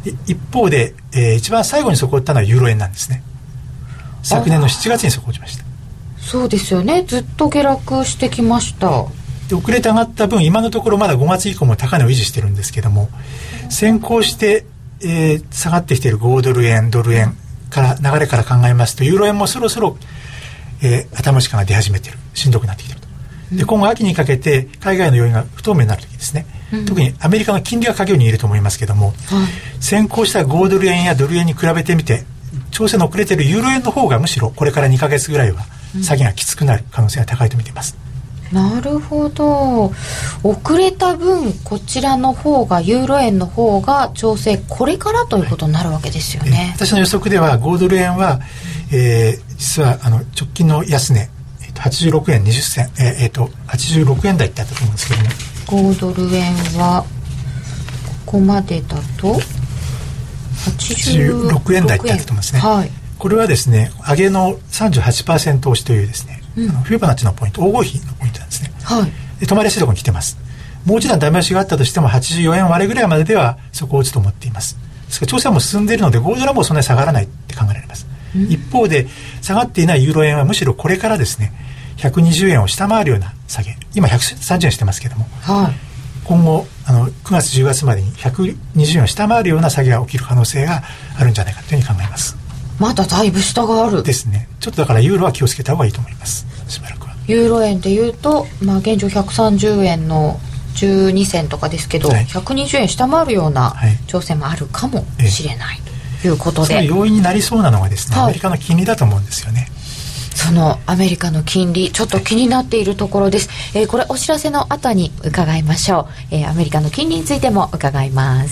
で一方で、えー、一番最後に底を打ったのはユーロ円なんですね。昨年のしちがつに底を打ちました。 そうですよね、ずっと下落してきました。 で遅れて上がった分今のところまだごがつ以降も高値を維持してるんですけども、先行して、えー、下がってきているごドル円ドル円から流れから考えますとユーロ円もそろそろ、えー、頭打ち感が出始めている、しんどくなってきていると。で今後秋にかけて海外の要因が不透明になるときですね、うん、特にアメリカの金利が鍵を握ると思いますけども、はい、先行したごドル円やドル円に比べてみて調整の遅れているユーロ円の方がむしろこれからにかげつぐらいは下げがきつくなる可能性が高いと見ています、 うん、なるほど。遅れた分こちらの方がユーロ円の方が調整これからということになるわけですよね、はい、 私の予測ではごドル円は、えー、実はあの直近の安値はちじゅうろくえんにじゅっせん、えーえー、とはちじゅうろくえん台ってあったと思うんですけども、 ごドル円はここまでだとはちじゅうろくえん台ってあったと思うんですね、はい、これはですね上げの さんじゅうはちパーセント 押しというですね、うん、あのフィボナッチのポイント、黄金比のポイントなんですね、はい、で止まりやすいところに来てます。もう一段ダメ押しがあったとしてもはちじゅうよえん割れぐらいまでではそこを打つと思っています。ですから調整はもう進んでいるのでごドルはもうそんなに下がらないって考えられます、うん、一方で下がっていないユーロ円はむしろこれからですねひゃくにじゅうえんを下回るような下げ、今ひゃくさんじゅうえんしてますけども、はい、今後あのくがつじゅうがつまでにひゃくにじゅうえんを下回るような下げが起きる可能性があるんじゃないかというふうに考えます。 まだだいぶ下があるですね。ちょっとだからユーロは気をつけた方がいいと思います。しばらくはユーロ円でいうと、まあ、現状ひゃくさんじゅうえんのじゅうにせんとかですけど、はい、ひゃくにじゅうえん下回るような調整もあるかもしれない、はい、ということで、その要因になりそうなのがですね、はい、アメリカの金利だと思うんですよね。 そのアメリカの金利ちょっと気になっているところです、えー、これお知らせの後に伺いましょう、えー、アメリカの金利についても伺います。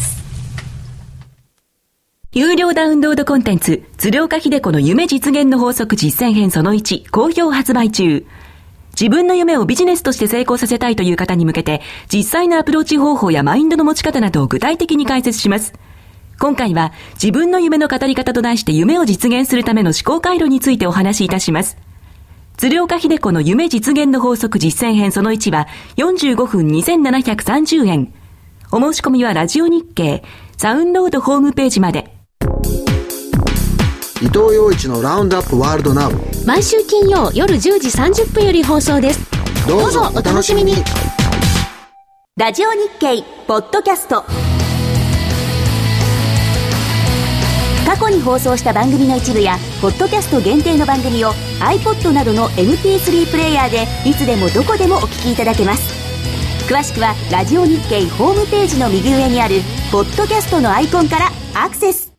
有料ダウンロードコンテンツ鶴岡秀子の夢実現の法則実践編そのいち好評発売中。自分の夢をビジネスとして成功させたいという方に向けて実際のアプローチ方法やマインドの持ち方などを具体的に解説します。今回は自分の夢の語り方と題して夢を実現するための思考回路についてお話しいたします。鶴岡秀子の夢実現の法則実践編そのいちはよんじゅうごふんにせんななひゃくさんじゅうえん。お申し込みはラジオ日経サウンロードホームページまで。 伊藤洋一のラウンドアップワールドナウ毎週金曜夜じゅうじさんじゅっぷんより放送です。どうぞお楽しみに。 ラジオ日経ポッドキャスト、過去に放送した番組の一部やポッドキャスト限定の番組を iPod などの エムピースリー プレイヤーでいつでもどこでもお聞きいただけます。詳しくはラジオ日経ホームページの右上にあるポッドキャストのアイコンからアクセス。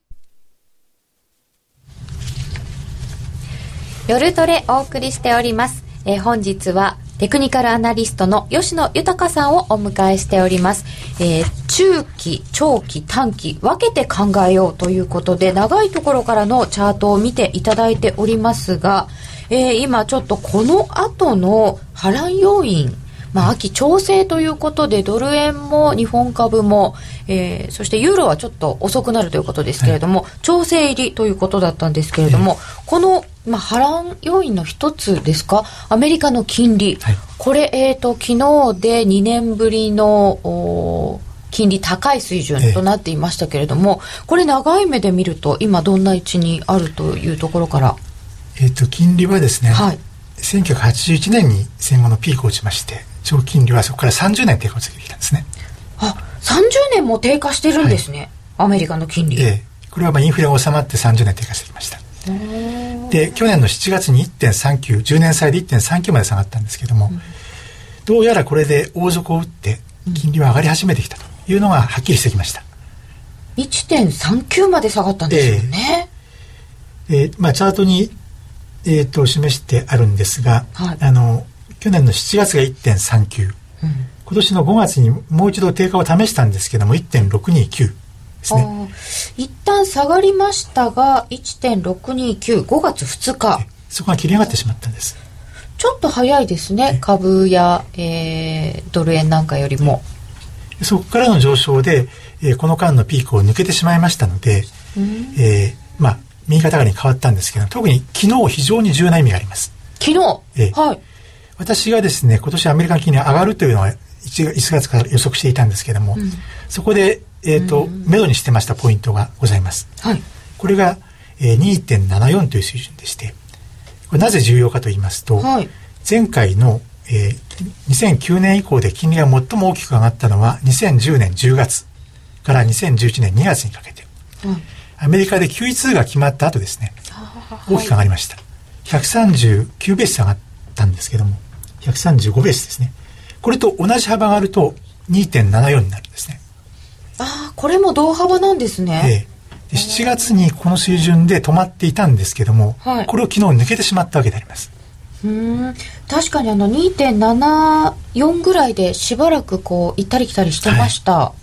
夜トレお送りしております、えー、本日はテクニカルアナリストの吉野豊さんをお迎えしております、えー、中期長期短期分けて考えようということで長いところからのチャートを見ていただいておりますが、えー、今ちょっとこの後の波乱要因、まあ、秋調整ということでドル円も日本株も、えー、そしてユーロはちょっと遅くなるということですけれども、はい、調整入りということだったんですけれども、えー、この、まあ、波乱要因の一つですか、アメリカの金利、はい、これ、えーと、昨日でにねんぶりの金利高い水準となっていましたけれども、えー、これ長い目で見ると今どんな位置にあるというところから。 えーと、金利はですね、はい、せんきゅうひゃくはちじゅういちねんに戦後のピークを打ちまして、長期金利はそこからさんじゅうねん低下を続けてきたんですね。 あ、さんじゅうねんも低下してるんですね、はい、アメリカの金利、 ええ、これはまあインフレが収まってさんじゅうねん低下してきました。で去年のしちがつに いってんさんきゅう じゅうねん債で いってんさんきゅう まで下がったんですけども、うん、どうやらこれで大底を打って金利は上がり始めてきたというのがはっきりしてきました。 いってんさんきゅう まで下がったんですよね。 えーえーまあ、チャートに、えー、と示してあるんですが、はい、あの去年のしちがつが いってんさんきゅう、うん、今年のごがつにもう一度低下を試したんですけども いってんろくにきゅう ですね。 一旦下がりましたが いってんろくにきゅう、ごがつふつか、 そこが切り上がってしまったんです。 ちょっと早いですね、株や、えー、ドル円なんかよりも。 そこからの上昇で、えー、この間のピークを抜けてしまいましたので、うん、えー、まあ右肩上がりに変わったんですけど、特に昨日非常に重要な意味があります。 昨日、 ええ、 はい。 私がですね、今年アメリカの金利が上がるというのは 1, いちがつから予測していたんですけども、うん、そこで、えーと、目処にしてましたポイントがございます。 はい。 これが、えー、にてんななよん という水準でして、これなぜ重要かと言いますと、はい、前回の、えー、にせんきゅうねん以降で金利が最も大きく上がったのはにせんじゅうねんじゅうがつからにせんじゅういちねんにがつにかけて、はい、アメリカで キューイーツー が決まった後ですね、大きく上がりました。ひゃくさんじゅうきゅうベース上がったんですけども、ひゃくさんじゅうごベースですね。これと同じ幅があると にてんななよん になるんですね。 ああ、これも同幅なんですね。 ええ、でしちがつにこの水準で止まっていたんですけども、はい、これを昨日抜けてしまったわけであります。 うーん、確かにあの にてんななよん ぐらいでしばらくこう行ったり来たりしてました。はい、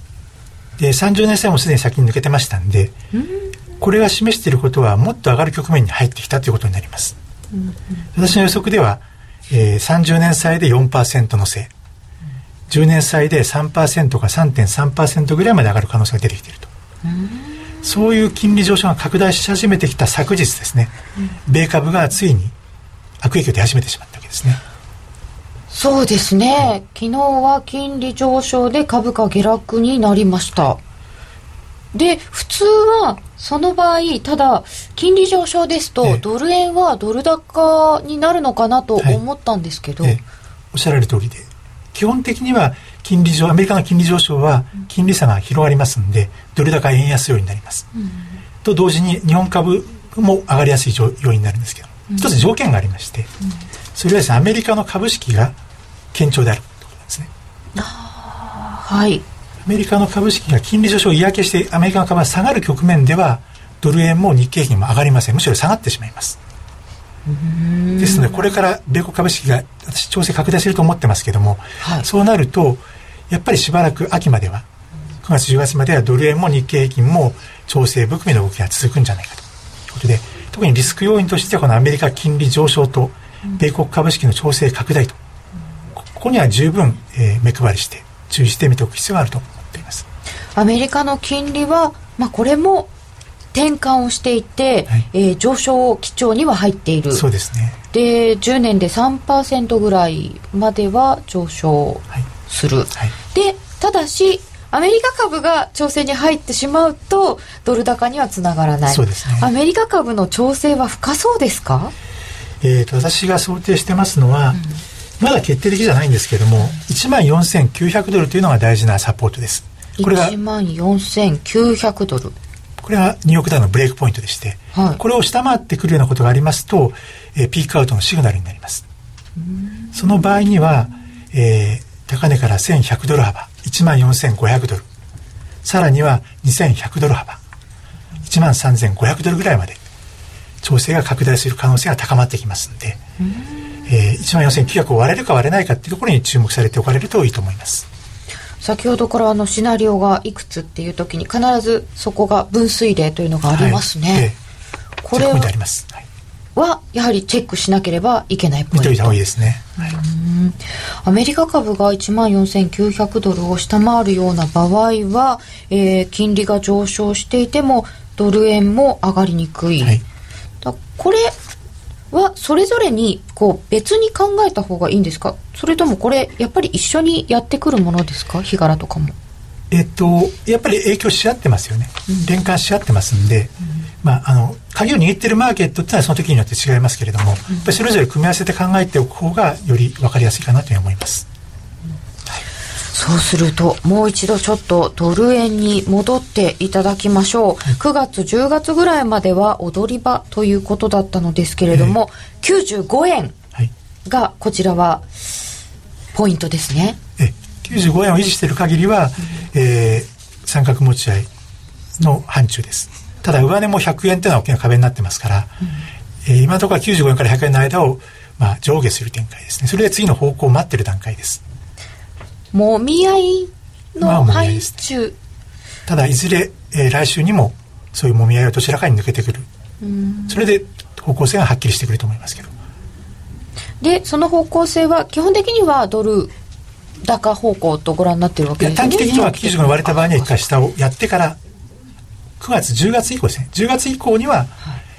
でさんじゅうねん債もすでに先に抜けてましたんで、うん、これが示していることはもっと上がる局面に入ってきたということになります。うんうん、私の予測では、えー、さんじゅうねん債で よんパーセント のせい、じゅうねん債で さんパーセント か さんてんさんパーセント ぐらいまで上がる可能性が出てきていると。うん、そういう金利上昇が拡大し始めてきた昨日ですね、うん、米株がついに悪影響出始めてしまったわけですね。 そうですね、はい、昨日は金利上昇で株価下落になりました。で普通はその場合、ただ金利上昇ですと、ええ、ドル円はドル高になるのかなと思ったんですけど、はい、ええ、 おっしゃられる通りで、基本的には金利上アメリカの金利上昇は金利差が広がりますので、うん、ドル高円安要因になります、うん、と同時に日本株も上がりやすい要因になるんですけど、うん、一つ条件がありまして、うん、それはですね、アメリカの株式が堅調であるということなんですね。 あ、はい。 アメリカの株式が金利上昇を嫌気してアメリカの株が下がる局面ではドル円も日経平均も上がりません。むしろ下がってしまいます。うーん、ですのでこれから米国株式が私調整拡大すると思ってますけども、はい、そうなるとやっぱりしばらく秋まではくがつじゅうがつまではドル円も日経平均も調整含みの動きが続くんじゃないかということで、特にリスク要因としてはこのアメリカ金利上昇と米国株式の調整拡大と、ここには十分、えー、目配りして注意して見ておく必要があると思っています。 アメリカの金利は、まあ、これも転換をしていて、はい、えー、上昇基調には入っている。 そうですね。 でじゅうねんで さんパーセント ぐらいまでは上昇する、はいはい、でただしアメリカ株が調整に入ってしまうとドル高にはつながらない。 そうですね。 アメリカ株の調整は深そうですか？ えー、と私が想定してますのは、うん、まだ決定的じゃないんですけれども、いちまんよんせんきゅうひゃくドルというのが大事なサポートです。これがいちまんよんせんきゅうひゃくドル、 これはニューヨークダウのブレイクポイントでして、はい、これを下回ってくるようなことがありますと、えー、ピークアウトのシグナルになります。その場合には、えー、高値からせんひゃくドル幅 いちまんよんせんごひゃくドル、さらにはにせんひゃくドル幅 いちまんさんぜんごひゃくドルぐらいまで調整が拡大する可能性が高まってきますので、えー、いちまんよんせんきゅうひゃくを割れるか割れないかというところに注目されておかれるといいと思います。 先ほどからあのシナリオがいくつっていう時に必ずそこが分水嶺というのがありますね、はい、えー、これは、 あります、はい、 はやはりチェックしなければいけないポイント。 見ておいた方がいいですね、はい、 うーん、アメリカ株がいちまんよんせんきゅうひゃくドルを下回るような場合は、えー、金利が上昇していてもドル円も上がりにくい、はい、だこれはそれぞれにこう別に考えた方がいいんですか？それともこれやっぱり一緒にやってくるものですか？日柄とかも。 えっとやっぱり影響し合ってますよね、うん、連関し合ってますんで、うん、まああの鍵を握っているマーケットっていうのはその時によって違いますけれども、うん、やっぱりそれぞれ組み合わせて考えておく方がより分かりやすいかなというふうに思います。 そうするともう一度ちょっとドル円に戻っていただきましょう、はい、くがつじゅうがつぐらいまでは踊り場ということだったのですけれども、えー、きゅうじゅうごえんがこちらはポイントですね。 えきゅうじゅうごえんを維持している限りは、うん、えー、三角持ち合いの範疇です。ただ上値もひゃくえんというのは大きな壁になってますから、うん、えー、今のところはきゅうじゅうごえんからひゃくえんの間を、まあ、上下する展開ですね。それで次の方向を待っている段階です。 もみ合いの範疇、まあ、 ただいずれ、えー、来週にもそういうもみ合いをどちらかに抜けてくる、うん、それで方向性がはっきりしてくると思いますけど、 でその方向性は基本的にはドル高方向とご覧になっているわけですね。 短期的にはきゅうじゅうごえん割れた場合には一回下をやってからくがつじゅうがつ以降ですね、じゅうがつ以降には、はい、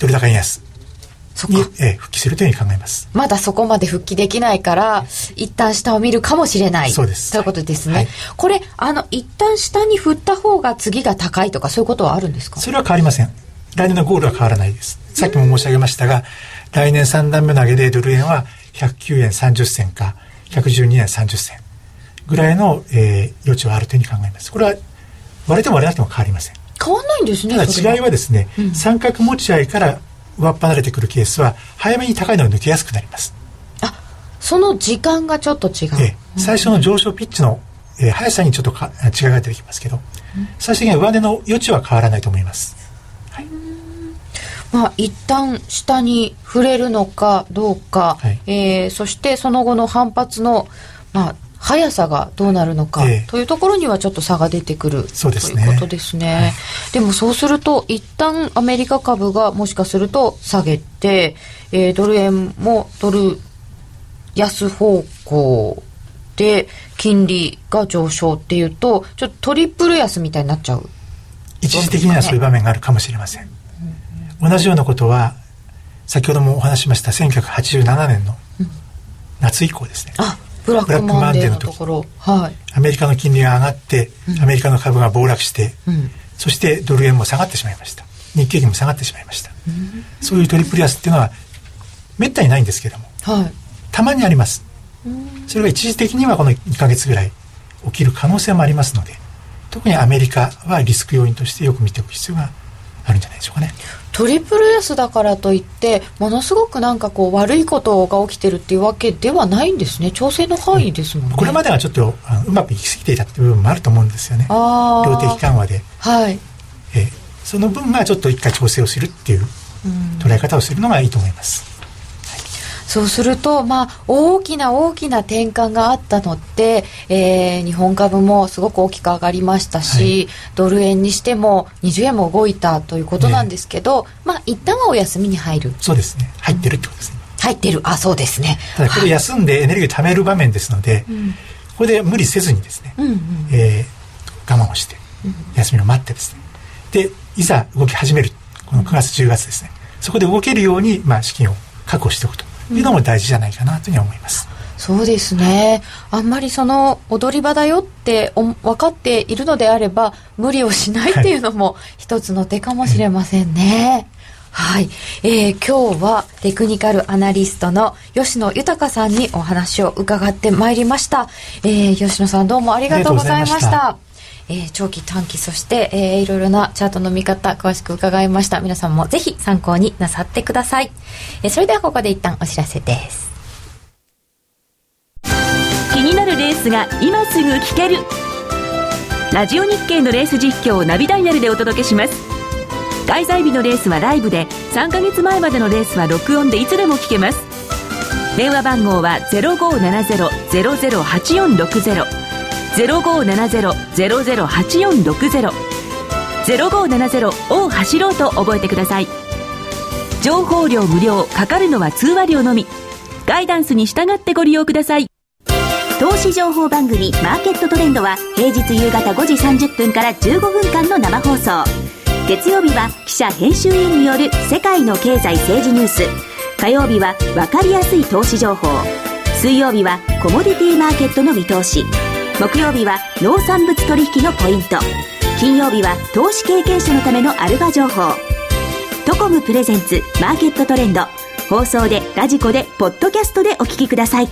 ドル高円安に、えー、復帰するというふうに考えます。 まだそこまで復帰できないから一旦下を見るかもしれない。 そうです。 ということですね、 はい、 これあの一旦下に振った方が次が高いとかそういうことはあるんですか？ それは変わりません。来年のゴールは変わらないです。さっきも申し上げましたが、来年さん段目の上げでドル円はひゃくきゅうえんさんじゅっせんかひゃくじゅうにえんさんじゅっせんぐらいの、えー、余地はあるというふうに考えます。これは割れても割れなくても変わりません。 変わんないんですね。 ただ違いはですね、うん、三角持ち合いから上っ離れてくるケースは早めに高いのが抜けやすくなります。 あ、その時間がちょっと違う、 えー、最初の上昇ピッチの、えー、速さにちょっとか違いが出てきますけど、うん、最終的には上値の余地は変わらないと思います。はい、 まあ、一旦下に触れるのかどうか、はい、えー、そしてその後の反発の、まあ、速さがどうなるのか、えー、というところにはちょっも差が出てくるそうですね、 ということですね、はい、でもそうすると一旦アメリカ株がもしかすると下げて、えー、ドル円もドル安方向で金利が上昇っていうとちょっとトリプル安みたいになっちゃう、 一時的にはそういう場面があるかもしれません、うん、同じようなことは先ほどもお話しましたせんきゅうひゃくはちじゅうななねんの夏以降ですね、 うん、あブラックマンデーのところ、はい、 アメリカの金利が上がって、うん、アメリカの株が暴落して、うん、そしてドル円も下がってしまいました。日経平均も下がってしまいました、うん、そういうトリプル安っていうのはめったにないんですけども、はい、たまにあります、うん、それが一時的にはこのにかげつぐらい起きる可能性もありますので、特にアメリカはリスク要因としてよく見ておく必要があるんじゃないでしょうかね。 トリプル安だからといってものすごくなんかこう悪いことが起きてるっていうわけではないんですね。調整の範囲ですもんね、うん、 これまではちょっとあのうまくいき過ぎていたっていう部分もあると思うんですよね。量的緩和で、はい、えー、その分がちょっと一回調整をするっていう捉え方をするのがいいと思います、 はい、そうすると、まあ、大きな大きな転換があったので、えー、日本株もすごく大きく上がりましたし、はい、ドル円にしてもにじゅうえんも動いたということなんですけど、ね、まあ、一旦はお休みに入る。 そうですね、入ってるってことですね、 うん、入ってる、あ、そうですね。 ただこれ休んでエネルギーを貯める場面ですので、うん、これで無理せずにですね、うんうん、えー、我慢をして休みを待ってですね、でいざ動き始めるこのくがつじゅうがつですね、そこで動けるように、まあ、資金を確保しておくというのも大事じゃないかなというふうに思います、 うん、そうですね。あんまりその踊り場だよって分かっているのであれば無理をしないっていうのも一つの手かもしれませんね、はい、えー、今日はテクニカルアナリストの吉野豊さんにお話を伺ってまいりました、えー、吉野さんどうもありがとうございました。えー、長期短期そして、えー、いろいろなチャートの見方詳しく伺いました。皆さんもぜひ参考になさってください、えー、それではここで一旦お知らせです。 気になるレースが今すぐ聞けるラジオ日経のレース実況をナビダイヤルでお届けします。開催日のレースはライブで、さんかげつまえまでのレースは録音でいつでも聞けます。電話番号は ゼロごーななゼロ ゼロゼロはちよんろくゼロ ゼロごーななゼロ ゼロゼロはちよんろくゼロ ゼロごーななゼロを走ろうと覚えてください。情報料無料、かかるのは通話料のみ。ガイダンスに従ってご利用ください。投資情報番組マーケットトレンドは平日夕方ごじさんじゅっぷんからじゅうごふんかんの生放送。月曜日は記者編集員による世界の経済政治ニュース。火曜日は分かりやすい投資情報。水曜日はコモディティマーケットの見通し。木曜日は農産物取引のポイント。金曜日は投資経験者のためのアルファ情報。トコムプレゼンツマーケットトレンド。放送でラジコでポッドキャストでお聞きください。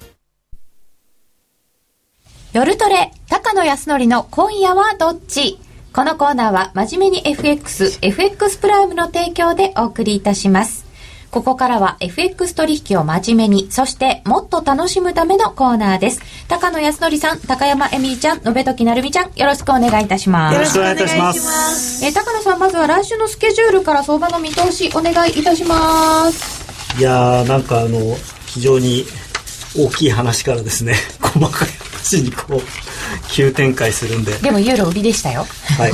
夜トレ高野康則の今夜はどっち。このコーナーは真面目に エフエックス、エフエックス プライムの提供でお送りいたします。ここからは エフエックス 取引を真面目に、そしてもっと楽しむためのコーナーです。高野康則さん、高山恵美ちゃん、延時成美ちゃん、よろしくお願いいたします。 よろしくお願いいたします。 えー、高野さん、まずは来週のスケジュールから相場の見通しお願いいたします。 いやー、なんかあの非常に大きい話からですね、細かい話にこう急展開するんで。 でもユーロ売りでしたよ。はい。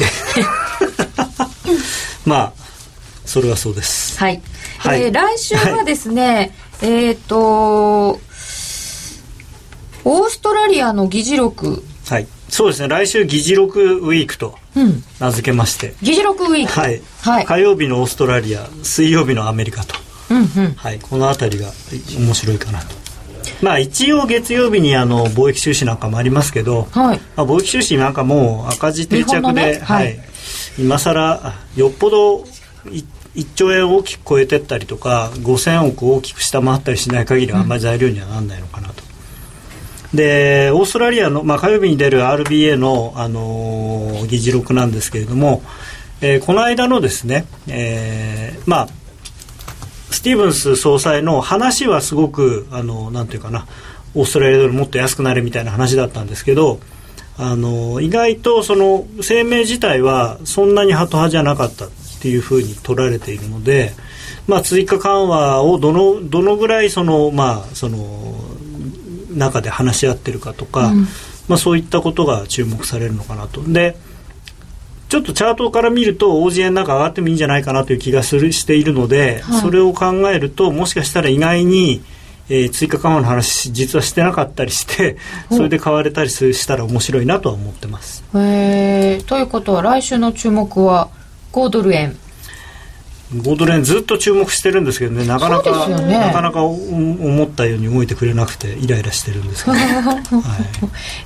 まあそれはそうです。 はい。はい、えー、来週はですね、はい、えっ、ー、とオーストラリアの議事録そうですね、来週議事録ウィークと名付けまして、うん、 議事録ウィーク、 はい、はい、火曜日のオーストラリア、水曜日のアメリカと、うんうん、はい、このあたりが面白いかなと。まあ、一応月曜日にあの貿易収支なんかもありますけど、はい、まあ、貿易収支なんかもう赤字定着で、ね、はいはい、今更よっぽどいいっちょうえん大きく超えてったりとかごせんおく大きく下回ったりしない限りはあんまり材料にはならないのかなと、うん、でオーストラリアの、まあ、火曜日に出る アールビーエー の、あのー、議事録なんですけれども、えー、この間のですね、えー、まあスティーブンス総裁の話はすごくあのなんていうかな、オーストラリアドルもっと安くなれみたいな話だったんですけど、あの意外とその声明自体はそんなにハト派じゃなかったっていうふうに取られているので、まあ、追加緩和をどのどのぐらいその、まあ、その中で話し合ってるかとか、うん、まあ、そういったことが注目されるのかなと。でちょっとチャートから見るとオージーエヌなんか上がってもいいんじゃないかなという気がするしているので、はい、それを考えるともしかしたら意外に、えー、追加緩和の話実はしてなかったりしてそれで買われたりしたら面白いなとは思ってます。 へー、ということは来週の注目はごドル円。 ごドル円ずっと注目してるんですけどね、なかなか、ね、なかなか思ったように動いてくれなくてイライラしてるんですけど、はい、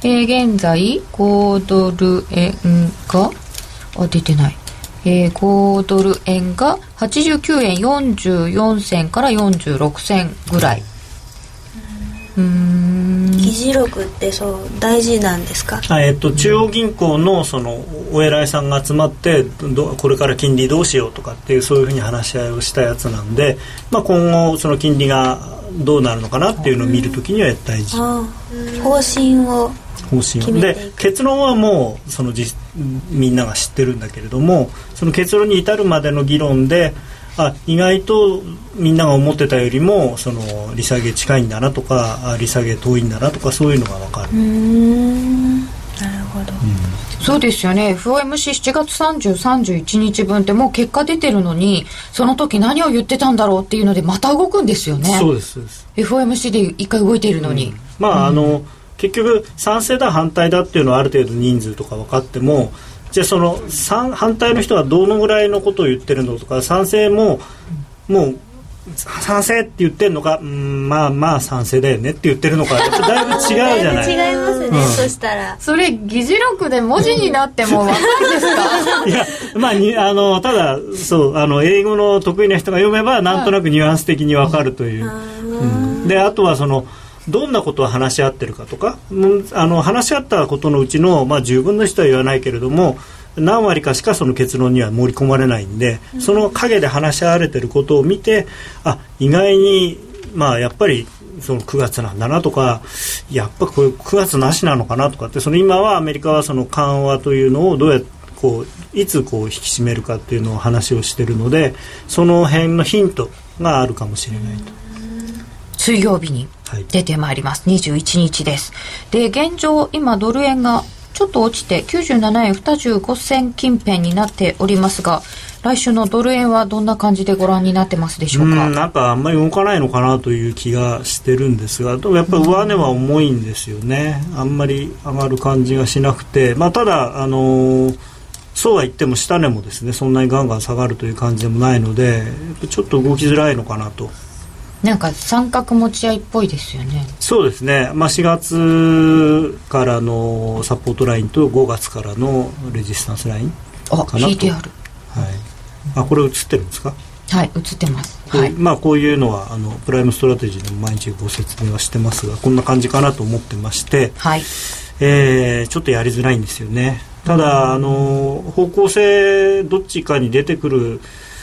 えー、現在ごドル円があ出てない、えー、ごドル円がはちじゅうきゅうえんよんじゅうよん銭からよんじゅうろく銭ぐらい。 うーん、議事録ってそう大事なんですか？ あ、えっと、中央銀行 の, そのお偉いさんが集まってどこれから金利どうしようとかっていうそういうふうに話し合いをしたやつなんで、まあ、今後その金利がどうなるのかなっていうのを見るときには大事。 あ、方針を方針で結論はもうそのじみんなが知ってるんだけれども、その結論に至るまでの議論であ意外とみんなが思ってたよりもその利下げ近いんだなとか利下げ遠いんだなとかそういうのが分かる。 うーん、なるほど、 うん、そうですよね。 エフオーエムシーしちがつさんじゅう、さんじゅういちにちぶんってもう結果出てるのにその時何を言ってたんだろうっていうのでまた動くんですよね。 そうですそうです。 エフオーエムシー で一回動いているのに、うん、 まあ、うん、あの結局賛成だ反対だっていうのはある程度人数とか分かっても、じゃあその反対の人はどのぐらいのことを言ってるのとか、賛成ももう賛成って言ってるのか、うん、まあまあ賛成だよねって言ってるのかだいぶ違うじゃない。 だいぶ違いますね、うん、そしたらそれ議事録で文字になっても分かるんですか？ いや、まあ、にあのただそうあの英語の得意な人が読めばなんとなくニュアンス的に分かるという、うん、であとはそのどんなことを話し合ってるかとか、あの話し合ったことのうちの、まあ、じゅうぶんの人は言わないけれども何割かしかその結論には盛り込まれないんで、うん、その陰で話し合われてることを見て、あ意外に、まあ、やっぱりそのくがつなんだなとか、やっぱこれくがつなしなのかなとかって、その今はアメリカはその緩和というのをどうやってこういつこう引き締めるかっていうのを話をしているので、その辺のヒントがあるかもしれないと。 水曜日に出てまいります、はい、にじゅういちにちです。で現状今ドル円がちょっと落ちてきゅうじゅうななえんにじゅうご銭近辺になっておりますが、来週のドル円はどんな感じでご覧になってますでしょうか？ うん、なんかあんまり動かないのかなという気がしてるんですが、でもやっぱり上値は重いんですよね。あんまり上がる感じがしなくて、まあ、ただあのー、そうは言っても下値もですねそんなにガンガン下がるという感じでもないので、ちょっと動きづらいのかなと。 なんか三角持ち合いっぽいですよね。 そうですね、まあ、しがつからのサポートラインとごがつからのレジスタンスラインかなと。あ、引いてある、はい、あこれ映ってるんですか？ はい、映ってます、はい。 まあ、こういうのはあのプライムストラテジーでも毎日ご説明はしてますが、こんな感じかなと思ってまして、 はい、 えー、ちょっとやりづらいんですよね。ただあの方向性どっちかに出てくる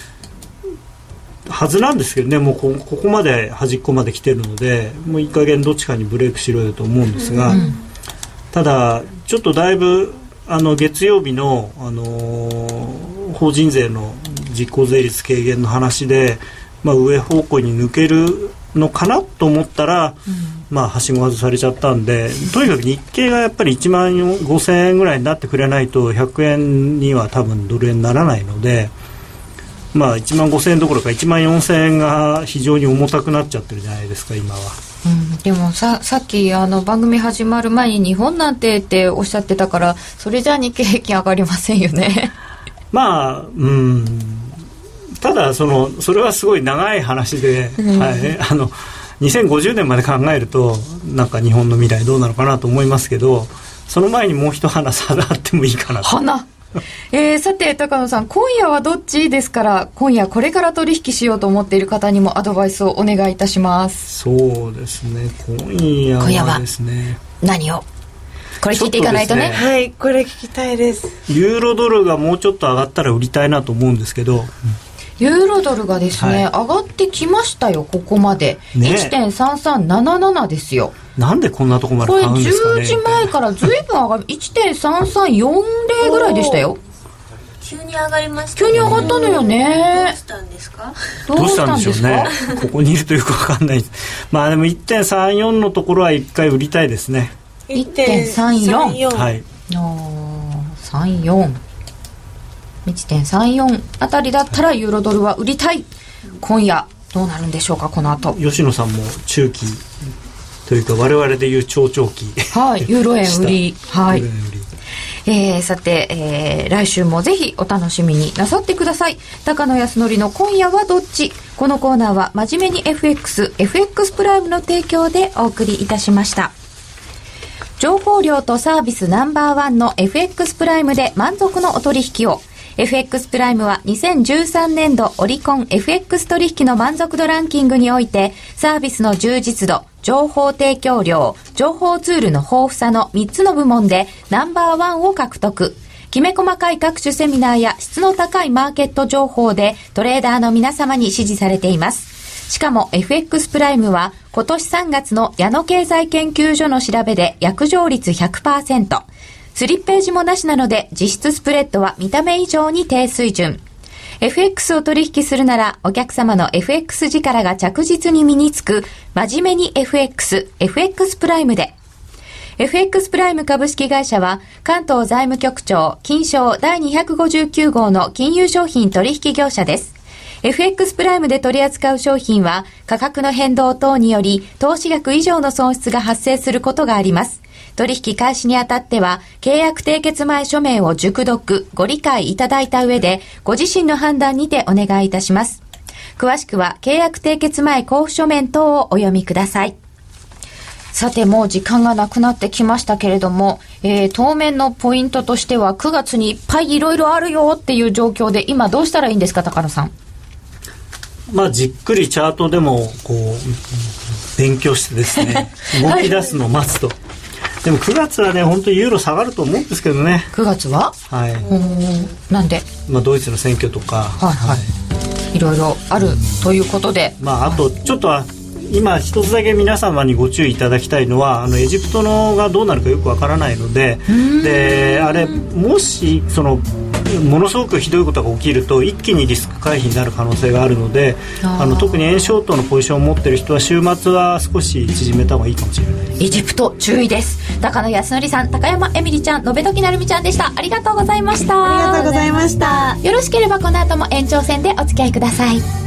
はずなんですけどね、もう こ, ここまで端っこまで来てるので、もういい加減どっちかにブレイクしろよと思うんですが、うん、ただちょっとだいぶあの月曜日の、あのー、法人税の実効税率軽減の話で、まあ、上方向に抜けるのかなと思ったら、うん、まあ、はしご外されちゃったんで、とにかく日経がやっぱりいちまんごせんえんぐらいになってくれないとひゃくえんには多分ドル円にならないので、まあ、いちまんごせんえんどころかいちまんよんせんえんが非常に重たくなっちゃってるじゃないですか今は。 うん、でもさ、さっきあの番組始まる前に日本なんてっておっしゃってたから、それじゃ日経平均上がりませんよね。 まあ、うん、ただそのそれはすごい長い話で、うん、はい、あのにせんごじゅうねんまで考えるとなんか日本の未来どうなのかなと思いますけど、その前にもう一花差があってもいいかなと。 花えー、さて高野さん、今夜はどっちですから、今夜これから取引しようと思っている方にもアドバイスをお願いいたします。 そうですね、今夜はですね、今夜は何をこれ聞いていかないと ね, ねはい、これ聞きたいです。 ユーロドルがもうちょっと上がったら売りたいなと思うんですけど、うん、 ユーロドルがですね、はい、上がってきましたよ。ここまで、ね、いちてんさんさんなななな ですよ。 なんでこんなとこまで買うんですかね。 これじゅうじまえからずいぶん上がる。いちてんさんさんよんゼロ ぐらいでしたよ。 急に上がりました、 ね、急に上がったのよね。 どうしたんですか。 どうしたんでしょうね。ここにいるとよく分かんない。まあでも いってんさんよん のところは一回売りたいですね。 いってんさんよん、 はい、 さんよん いってんさんよん あたりだったらユーロドルは売りたい。今夜どうなるんでしょうか。この後吉野さんも中期というか我々でいう超長期、 はい、ユーロ円売り、はい、えー、さて、えー、来週もぜひお楽しみになさってください。高野康則の今夜はどっち。このコーナーは真面目に エフエックス エフエックス プライムの提供でお送りいたしました。情報量とサービスナンバーワンの エフエックス プライムで満足のお取引を。 エフエックス プライムはにせんじゅうさんねんどオリコン エフエックス 取引の満足度ランキングにおいて、サービスの充実度、情報提供量、情報ツールの豊富さのみっつの部門でナンバーワンを獲得。きめ細かい各種セミナーや質の高いマーケット情報でトレーダーの皆様に支持されています。しかも エフエックス プライムは今年さんがつの矢野経済研究所の調べで約定率 ひゃくパーセント。スリッページもなしなので実質スプレッドは見た目以上に低水準。エフエックス を取引するならお客様の エフエックス 力が着実に身につく真面目に エフエックス、エフエックス プライムで。エフエックス プライム株式会社は関東財務局長金商だいにひゃくごじゅうきゅう号の金融商品取引業者です。エフエックス プライムで取り扱う商品は価格の変動等により投資額以上の損失が発生することがあります。取引開始にあたっては契約締結前書面を熟読ご理解いただいた上でご自身の判断にてお願いいたします。詳しくは契約締結前交付書面等をお読みください。さてもう時間がなくなってきましたけれども、えー、当面のポイントとしてはくがつにいっぱいいろいろあるよっていう状況で今どうしたらいいんですか高野さん。 まあじっくりチャートでもこう勉強してですね動き出すのを待つと、はい、でもくがつはね本当にユーロ下がると思うんですけどね。 くがつははいなんで、 まあ、ドイツの選挙とか、 はいはい、いろいろあるということで、 まあ、あとちょっとは今一つだけ皆様にご注意いただきたいのはあのエジプトのがどうなるかよくわからないので、であれもしそのものすごくひどいことが起きると一気にリスク回避になる可能性があるので、あの特に円ショートのポジションを持っている人は週末は少し縮めた方がいいかもしれないです。 エジプト注意です。高野康則さん、高山エミリちゃん、延時なるみちゃんでした。ありがとうございました。 ありがとうございました。 よろしければこの後も延長戦でお付き合いください。